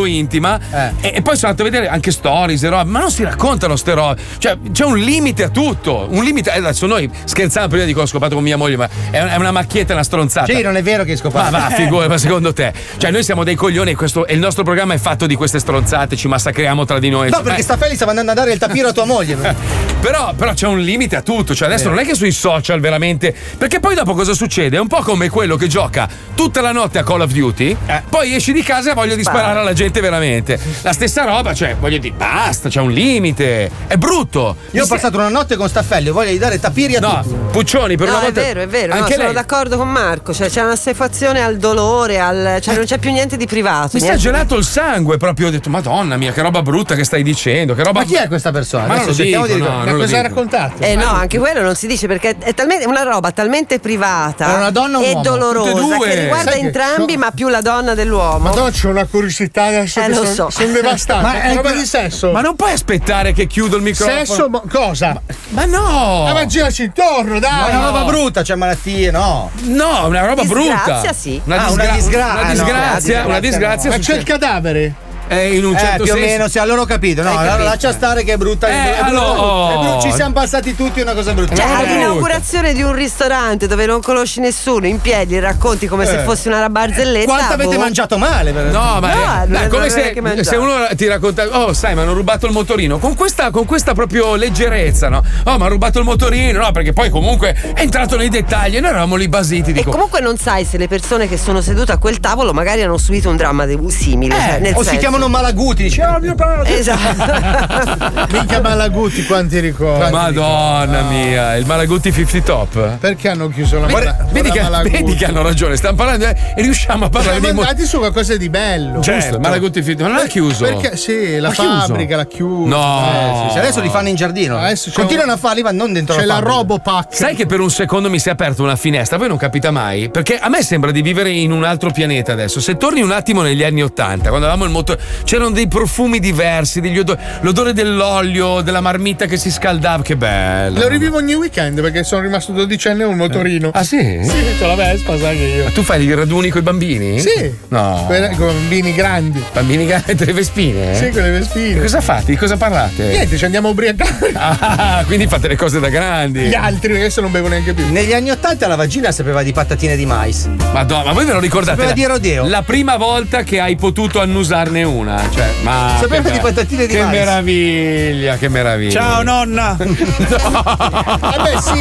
e poi sono andato a vedere anche stories e roba, ma non si raccontano ste robe, cioè c'è un limite a tutto, un limite. Adesso noi scherziamo, prima dico ho scopato con mia moglie, ma è una macchietta, una stronzata. Sì, non è vero che hai scopato. Ma va, figura, ma secondo te? Cioè noi siamo dei coglioni e il nostro programma è fatto di queste stronzate, ci massacriamo tra di noi. No, perché Staffelli stava andando a dare il tapiro a tua moglie. Però c'è un limite a tutto, cioè adesso non è che sui social veramente, perché poi dopo cosa succede? È un po' come quello che gioca tutta la notte a Call of Duty, poi esci di casa e voglia di sparare alla gente veramente. La stessa roba, cioè voglio dire, basta, c'è un limite, è brutto. Io ho passato una notte con Staffelli, voglio di dare tapiri a tutti. Puccioni, per una volta. È vero, anche sono d'accordo con Marco, cioè c'è una assuefazione al dolore, cioè non c'è più niente di privato. Mi sta gelato il sangue proprio, ho detto madonna mia, che roba brutta che stai dicendo, che roba. Ma chi è questa persona? Ma adesso cerchiamo di Ma cosa hai raccontato? No, anche quello non si dice perché è talmente una roba talmente privata è una donna o un e uomo? dolorosa che riguarda entrambi, ma più la donna dell'uomo. Madonna, c'ho una curiosità adesso che lo so. sono devastato. Ma è roba di sesso. Ma non puoi aspettare che chiudo il microfono? Sesso? Cosa? Ma no! Ma giraci intorno, dai! Ma è una roba brutta, c'è malattie, no? No, una roba brutta. Disgrazia, sì. Una disgrazia. Ma c'è il cadavere? In un certo più senso. o meno, sì, allora ho capito. No, allora lascia stare che è brutta. Ci siamo passati tutti una cosa brutta. Cioè, all'inaugurazione di un ristorante dove non conosci nessuno, in piedi e racconti come se fosse una barzelletta. Quanto avete mangiato male? No, ma è come se uno ti racconta, sai, mi hanno rubato il motorino. Con questa proprio leggerezza, no? Mi hanno rubato il motorino, no? Perché poi comunque è entrato nei dettagli e noi eravamo lì basiti. E comunque non sai se le persone che sono sedute a quel tavolo magari hanno subito un dramma simile. Nel o si chiamano Malaguti, dice mio padre. Esatto. Mica Malaguti, quanti ricordi? Madonna mia, il Malaguti 50 Top. Perché hanno chiuso la vedi che hanno ragione, stiamo parlando e riusciamo a parlare di andati su qualcosa di bello. Certo, Malaguti 50, ma non l'ha chiuso. Perché sì, la fabbrica l'ha chiuso. No. Adesso li fanno in giardino. Continuano a farli, ma non dentro c'è la fabbrica. Robopack. Sai che per un secondo mi si è aperta una finestra, poi non capita mai, perché a me sembra di vivere in un altro pianeta adesso. Se torni un attimo negli anni 80, quando avevamo il motore, c'erano dei profumi diversi, degli l'odore dell'olio, della marmitta che si scaldava, che bello. Lo rivivo ogni weekend perché sono rimasto 12 anni e un motorino. Ah sì? Sì, c'ho la Vespa, sai che io. Ma tu fai i raduni con i bambini? Sì. No. Con bambini grandi. Bambini grandi, delle vespine? Sì, con le vespine. E cosa fate? Di cosa parlate? Niente, ci andiamo a ubriacare. Ah, quindi fate le cose da grandi. Gli altri adesso non bevo neanche più. Negli anni 80 la vagina sapeva di patatine di mais. Madonna, ma voi ve lo ricordate? Sapeva di rodeo. La prima volta che hai potuto annusarne una. Cioè, ma sapeva di patatine di mais. Che meraviglia, che meraviglia. Ciao nonna. Vabbè sì,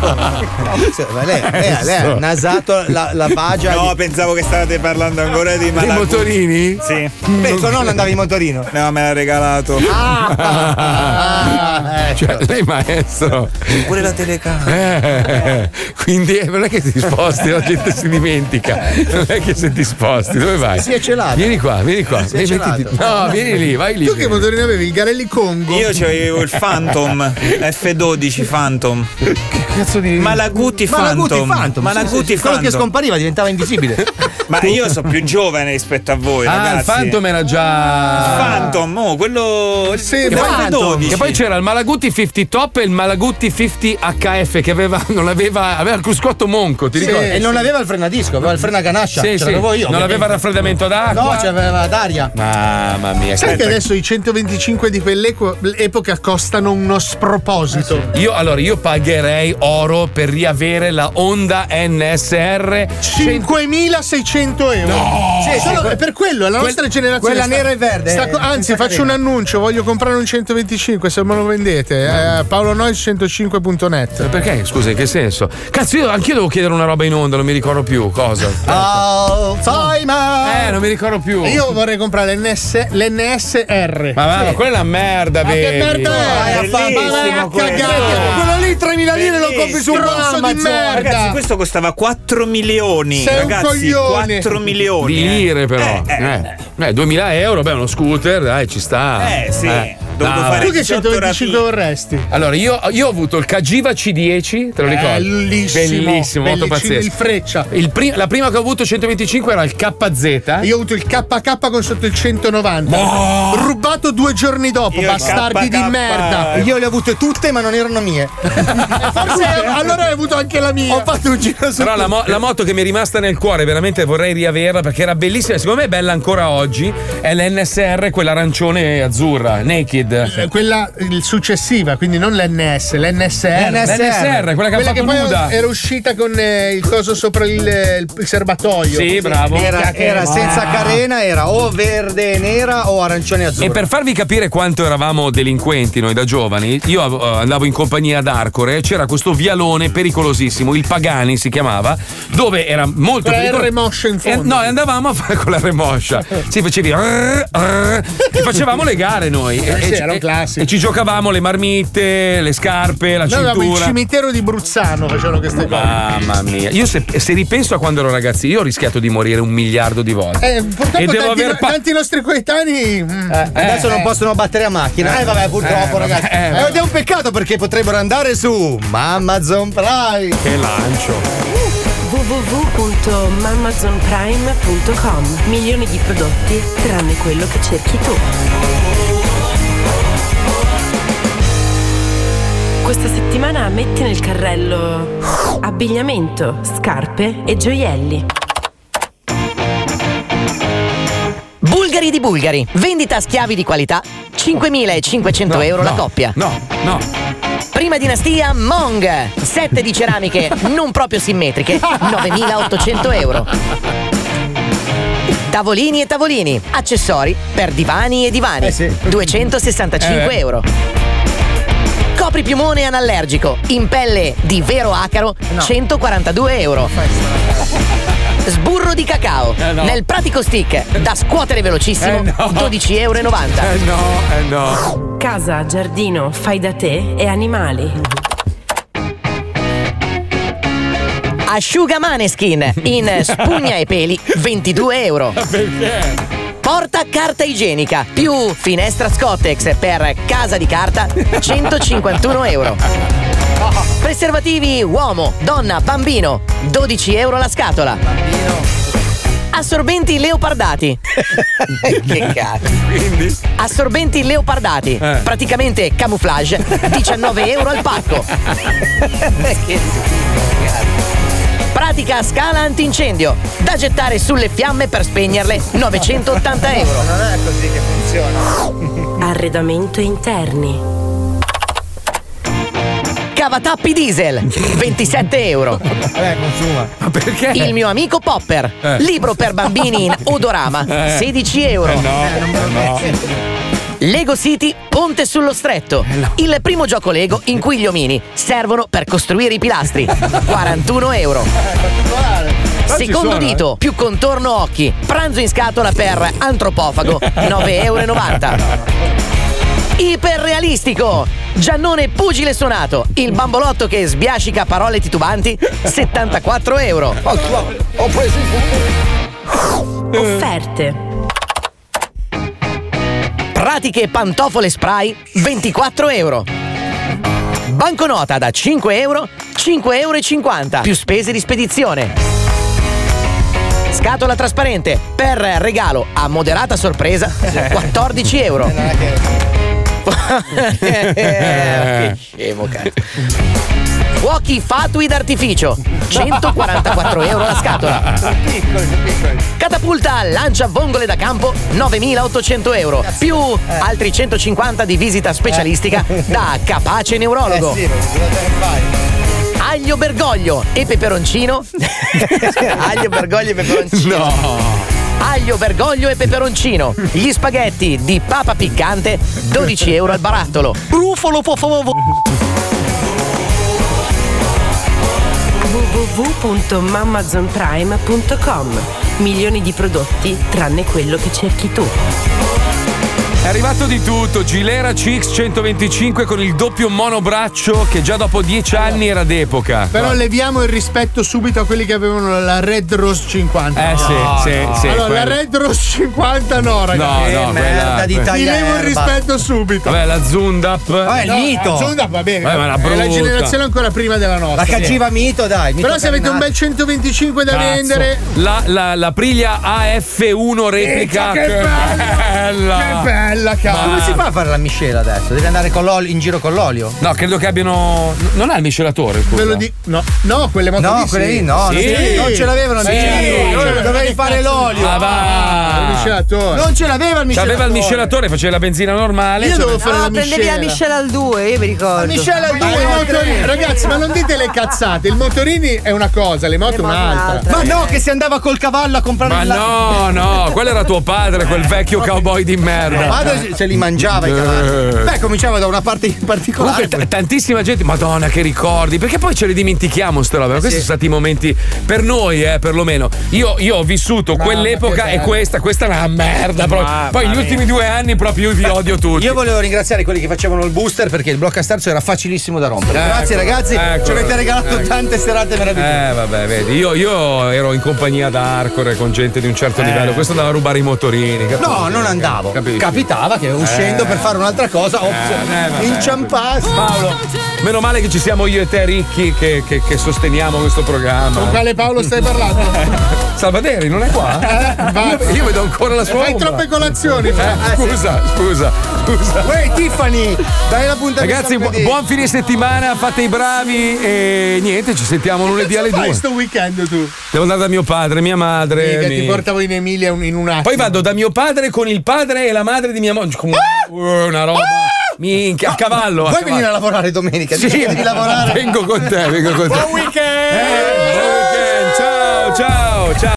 lei ha nasato la bagia. No, pensavo che stavate parlando ancora di Malaguti. motorini? Sì. Beh, tua nonna andava in motorino. No, me l'ha regalato. Cioè, lei maestro. Pure la telecamera. Quindi non è che ti sposti, la gente si dimentica. Non è che se ti sposti, dove vai? Si è celato. Vieni qua. No, vieni lì, vai lì. Tu che motorino avevi? Il Garelli Congo? Io c'avevo il Phantom F12 Phantom. Che cazzo di Malaguti Phantom. Malaguti Phantom. Quello che scompariva diventava invisibile. Ma io sono più giovane rispetto a voi, ragazzi. Il Phantom era già. Phantom, quello. Sì, F12. Che poi c'era il Malaguti 50 Top e il Malaguti 50 HF che aveva il cruscotto monco, ti ricordi? E non aveva il frenadisco, aveva il freno a ganascia. Sì, Ce l'avevo io. Non aveva il raffreddamento d'acqua. No, c'aveva d'aria. Mamma mia. Sai che adesso i 125 di quell'epoca costano uno sproposito? Io pagherei oro per riavere la Honda NSR 5.600 euro. No! Sì, solo per quello, è la nostra generazione. Quella nera e verde. Anzi, faccio un annuncio, voglio comprare un 125, se me lo vendete. paolonois105.net. Perché? Scusa, in che senso? Cazzo, anch'io devo chiedere una roba in onda, non mi ricordo più. Cosa? Alzheimer! Non mi ricordo più. Io vorrei comprare l'NSR. Ma quella è una merda, Ma che merda è? Quello lì 3.000 lire lo compri su un grosso di merda. Ragazzi, questo costava 4 milioni. Sei ragazzi, un coglione. 4 milioni. Di lire però. 2.000 euro, beh, uno scooter, dai, ci sta. Sì. Tu che 125 vorresti? Allora, io ho avuto il Cagiva C10, te lo ricordi? Bellissimo, molto pazzesco. Il Freccia. La prima che ho avuto 125 era il KZ. Io ho avuto il KK con sotto il 190. Rubato 2 giorni dopo, bastardi di merda. Io le ho avute tutte, ma non erano mie. Forse allora hai avuto anche la mia. Ho fatto un giro su. Però la moto che mi è rimasta nel cuore, veramente vorrei riaverla perché era bellissima. Secondo me è bella ancora oggi. È l'NSR, quella arancione azzurra, naked. Quella successiva, quindi non l'NS, l'NSR, quella che poi era uscita con il coso sopra il serbatoio. Sì, bravo. Era senza carena, era o verde nera o arancione azzurro. E per farvi capire quanto eravamo delinquenti noi da giovani, io andavo in compagnia ad Arcore, c'era questo vialone pericolosissimo, il Pagani si chiamava, dove era molto pericoloso. Con la remoscia in fondo. No, andavamo a fare con la remoscia. Sì, facevi e facevamo le gare noi. Era un classico. E ci giocavamo le marmitte, le scarpe, la cintura. No, il cimitero di Bruzzano facevano queste cose. Mamma mia. Io se ripenso a quando ero ragazzi, io ho rischiato di morire 1 miliardo di volte. Purtroppo tanti nostri coetanei adesso non possono battere a macchina. Vabbè, purtroppo, ragazzi. Ed è un peccato perché potrebbero andare su Amazon Prime. Che lancio. www.amazonprime.com. Milioni di prodotti tranne quello che cerchi tu. Questa settimana metti nel carrello abbigliamento, scarpe e gioielli. Bulgari di Bulgari, vendita schiavi di qualità, 5.500 euro la coppia. No. Prima dinastia Mong, 7 di ceramiche non proprio simmetriche, 9.800 euro. Tavolini e tavolini, accessori per divani e divani, 265 euro. Copripiumone anallergico in pelle di vero acaro, 142 euro. Sburro di cacao nel pratico stick da scuotere velocissimo, 12,90 euro. No. Casa, giardino, fai da te e animali. Asciuga Maneskin in spugna e peli, 22 euro. Perché? Porta carta igienica più finestra Scottex per casa di carta, 151 euro. Preservativi uomo, donna, bambino, 12 euro la scatola. Assorbenti leopardati. Che cazzo. Quindi? Assorbenti leopardati, praticamente camouflage, 19 euro al pacco. Pratica scala antincendio da gettare sulle fiamme per spegnerle, 980 euro. Non è così che funziona. Arredamento interni. Cavatappi diesel, 27 euro. Consuma. Ma perché? Il mio amico Popper, libro per bambini in odorama, 16 euro. No. Lego City Ponte sullo Stretto, il primo gioco Lego in cui gli omini servono per costruire i pilastri, 41 euro. Secondo dito più contorno occhi, pranzo in scatola per antropofago, 9,90 euro. Iperrealistico Giannone pugile suonato, il bambolotto che sbiascica parole titubanti, 74 euro. Ho preso il Offerte. Pratiche pantofole spray, 24 euro. Banconota da 5 euro, 5,50 euro più spese di spedizione. Scatola trasparente per regalo a moderata sorpresa, 14 euro. Che scemo, cazzo. Fuochi fatui d'artificio, 144 euro la scatola. Catapulta lancia vongole da campo, 9.800 euro, più altri 150 di visita specialistica da Capace Neurologo. Aglio bergoglio e peperoncino. Aglio bergoglio e peperoncino. No. Aglio, bergoglio e peperoncino. Gli spaghetti di papa piccante, 12 euro al barattolo. Brufolo pofovo. www.mamazonprime.com. Milioni di prodotti tranne quello che cerchi tu. È arrivato di tutto, Gilera CX125 con il doppio monobraccio che già dopo 10 anni era d'epoca. Però leviamo il rispetto subito a quelli che avevano la Red Rose 50. Sì. Allora, la Red Rose 50 no, ragazzi. No, merda di taglia ti levo il erba. rispetto subito. Vabbè, la Zundap. Il mito. La Zundap va bene. Ma è la generazione ancora prima della nostra. La Cagiva Mito, dai. Però se avete un bel 125 da vendere. La Priglia AF1 replica. Che bella! Che bella, cazzo. Come si fa a fare la miscela adesso? Devi andare con l'olio, in giro con l'olio? No, credo che abbiano. Non ha il miscelatore. Ve lo dico. No, quelle moto no, lì quelle lì no. Sì. Non ce l'avevano il miscelatore. Dovevi fare l'olio. Ma va! Il miscelatore. Non ce l'aveva il miscelatore. C'aveva il miscelatore, faceva la benzina normale. Io dovevo fare la miscela. Prendevi la miscela al 2, io mi ricordo. La miscela al 2, ragazzi, ma non dite le cazzate. Il motorini è una cosa, le moto è un'altra. Ma no, che si andava col cavallo a comprare Ma no, quello era tuo padre, quel vecchio cowboy di merda. Mio padre se li mangiava i cavalli. Beh, cominciava da una parte in particolare. Comunque, tantissima gente, madonna, che ricordi, perché poi ce le dimentichiamo ste robe. Questi sono stati i momenti per noi, perlomeno. Io ho vissuto quell'epoca e questa è una merda. Poi gli ultimi 2 anni proprio io vi odio tutti. Io volevo ringraziare quelli che facevano il booster perché il blocca sterzo era facilissimo da rompere. Grazie ragazzi, ci avete regalato tante serate meravigliose. Vabbè, vedi, io ero in compagnia da Hardcore con gente di un certo livello. Questo andava a rubare i motorini. Capito? No, non andavo. Capito? Capitava che uscendo per fare un'altra cosa inciampassi. Paolo, meno male che ci siamo io e te ricchi che sosteniamo questo programma. Con quale Paolo stai parlando? Salvaderi non è qua? Io vedo ancora la sua Fai ombra. troppe colazioni. Scusa. Uè, Tiffany, dai la puntata. Ragazzi, buon fine settimana, fate i bravi e niente, ci sentiamo lunedì alle 2. Fai sto weekend tu? Devo andare da mio padre, mia madre. Ti portavo in Emilia in un attimo. Poi vado da mio padre con il padre e la madre di mia moglie. Una roba. Minchia, a cavallo. Vuoi venire a lavorare domenica? Sì, devi lavorare. Vengo con te. Buon weekend! Buon weekend, ciao.